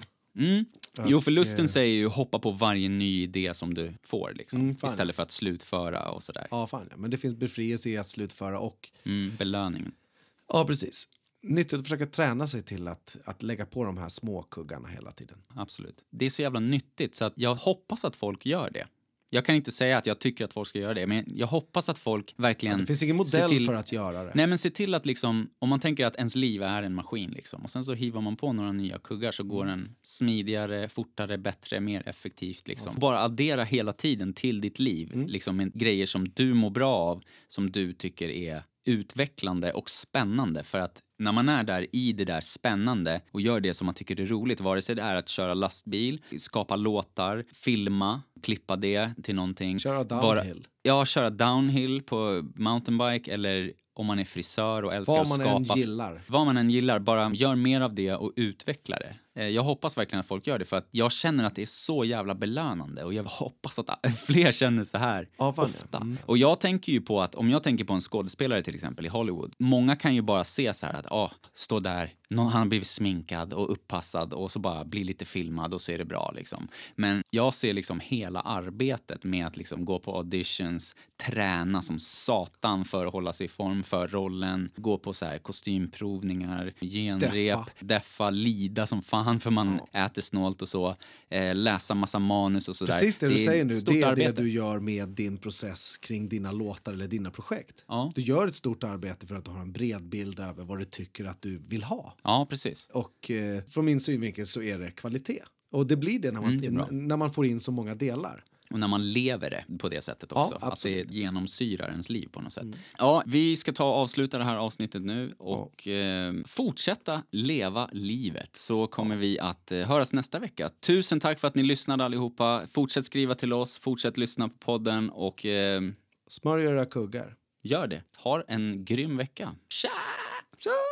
Jo, för lusten säger ju hoppa på varje ny idé som du får liksom, istället för att slutföra och sådär. Ja, fan ja. Men det finns befrielse i att slutföra och... belöningen. Ja, precis. Nyttigt att försöka träna sig till att lägga på de här små kuggarna hela tiden. Absolut. Det är så jävla nyttigt så att jag hoppas att folk gör det. Jag kan inte säga att jag tycker att folk ska göra det, men jag hoppas att folk verkligen... Det finns ingen modell för att göra det. Nej, men se till att liksom, om man tänker att ens liv är en maskin liksom, och sen så hivar man på några nya kuggar så går den smidigare, fortare, bättre, mer effektivt liksom. Bara addera hela tiden till ditt liv, liksom med grejer som du mår bra av, som du tycker är utvecklande och spännande, för att när man är där i det där spännande och gör det som man tycker är roligt, vare sig det är att köra lastbil, skapa låtar, filma, klippa det till någonting. Köra downhill. Köra downhill på mountainbike eller om man är frisör och älskar att skapa. Vad man än gillar, bara gör mer av det och utveckla det. Jag hoppas verkligen att folk gör det för att jag känner att det är så jävla belönande och jag hoppas att fler känner så här ofta. Och jag tänker ju på att om jag tänker på en skådespelare till exempel i Hollywood, många kan ju bara se så här att stå där, han har blivit sminkad och uppassad och så bara blir lite filmad och så är det bra liksom. Men jag ser liksom hela arbetet med att liksom gå på auditions, träna som satan för att hålla sig i form för rollen, gå på så här kostymprovningar, genrep, deffa, lida som fan för man äter snålt och så, läsa massa manus och sådär. Precis det du säger nu, det är det du gör med din process kring dina låtar eller dina projekt. Ja. Du gör ett stort arbete för att du har en bred bild över vad du tycker att du vill ha. Ja, precis. Och från min synvinkel så är det kvalitet. Och det blir det när man får in så många delar. Och när man lever det på det sättet också. Ja, att det genomsyrar ens liv på något sätt. Ja, vi ska avsluta det här avsnittet nu och fortsätta leva livet. Så kommer vi att höras nästa vecka. Tusen tack för att ni lyssnade allihopa. Fortsätt skriva till oss, fortsätt lyssna på podden och... smörj era kuggar. Gör det. Ha en grym vecka. Tja! Tja!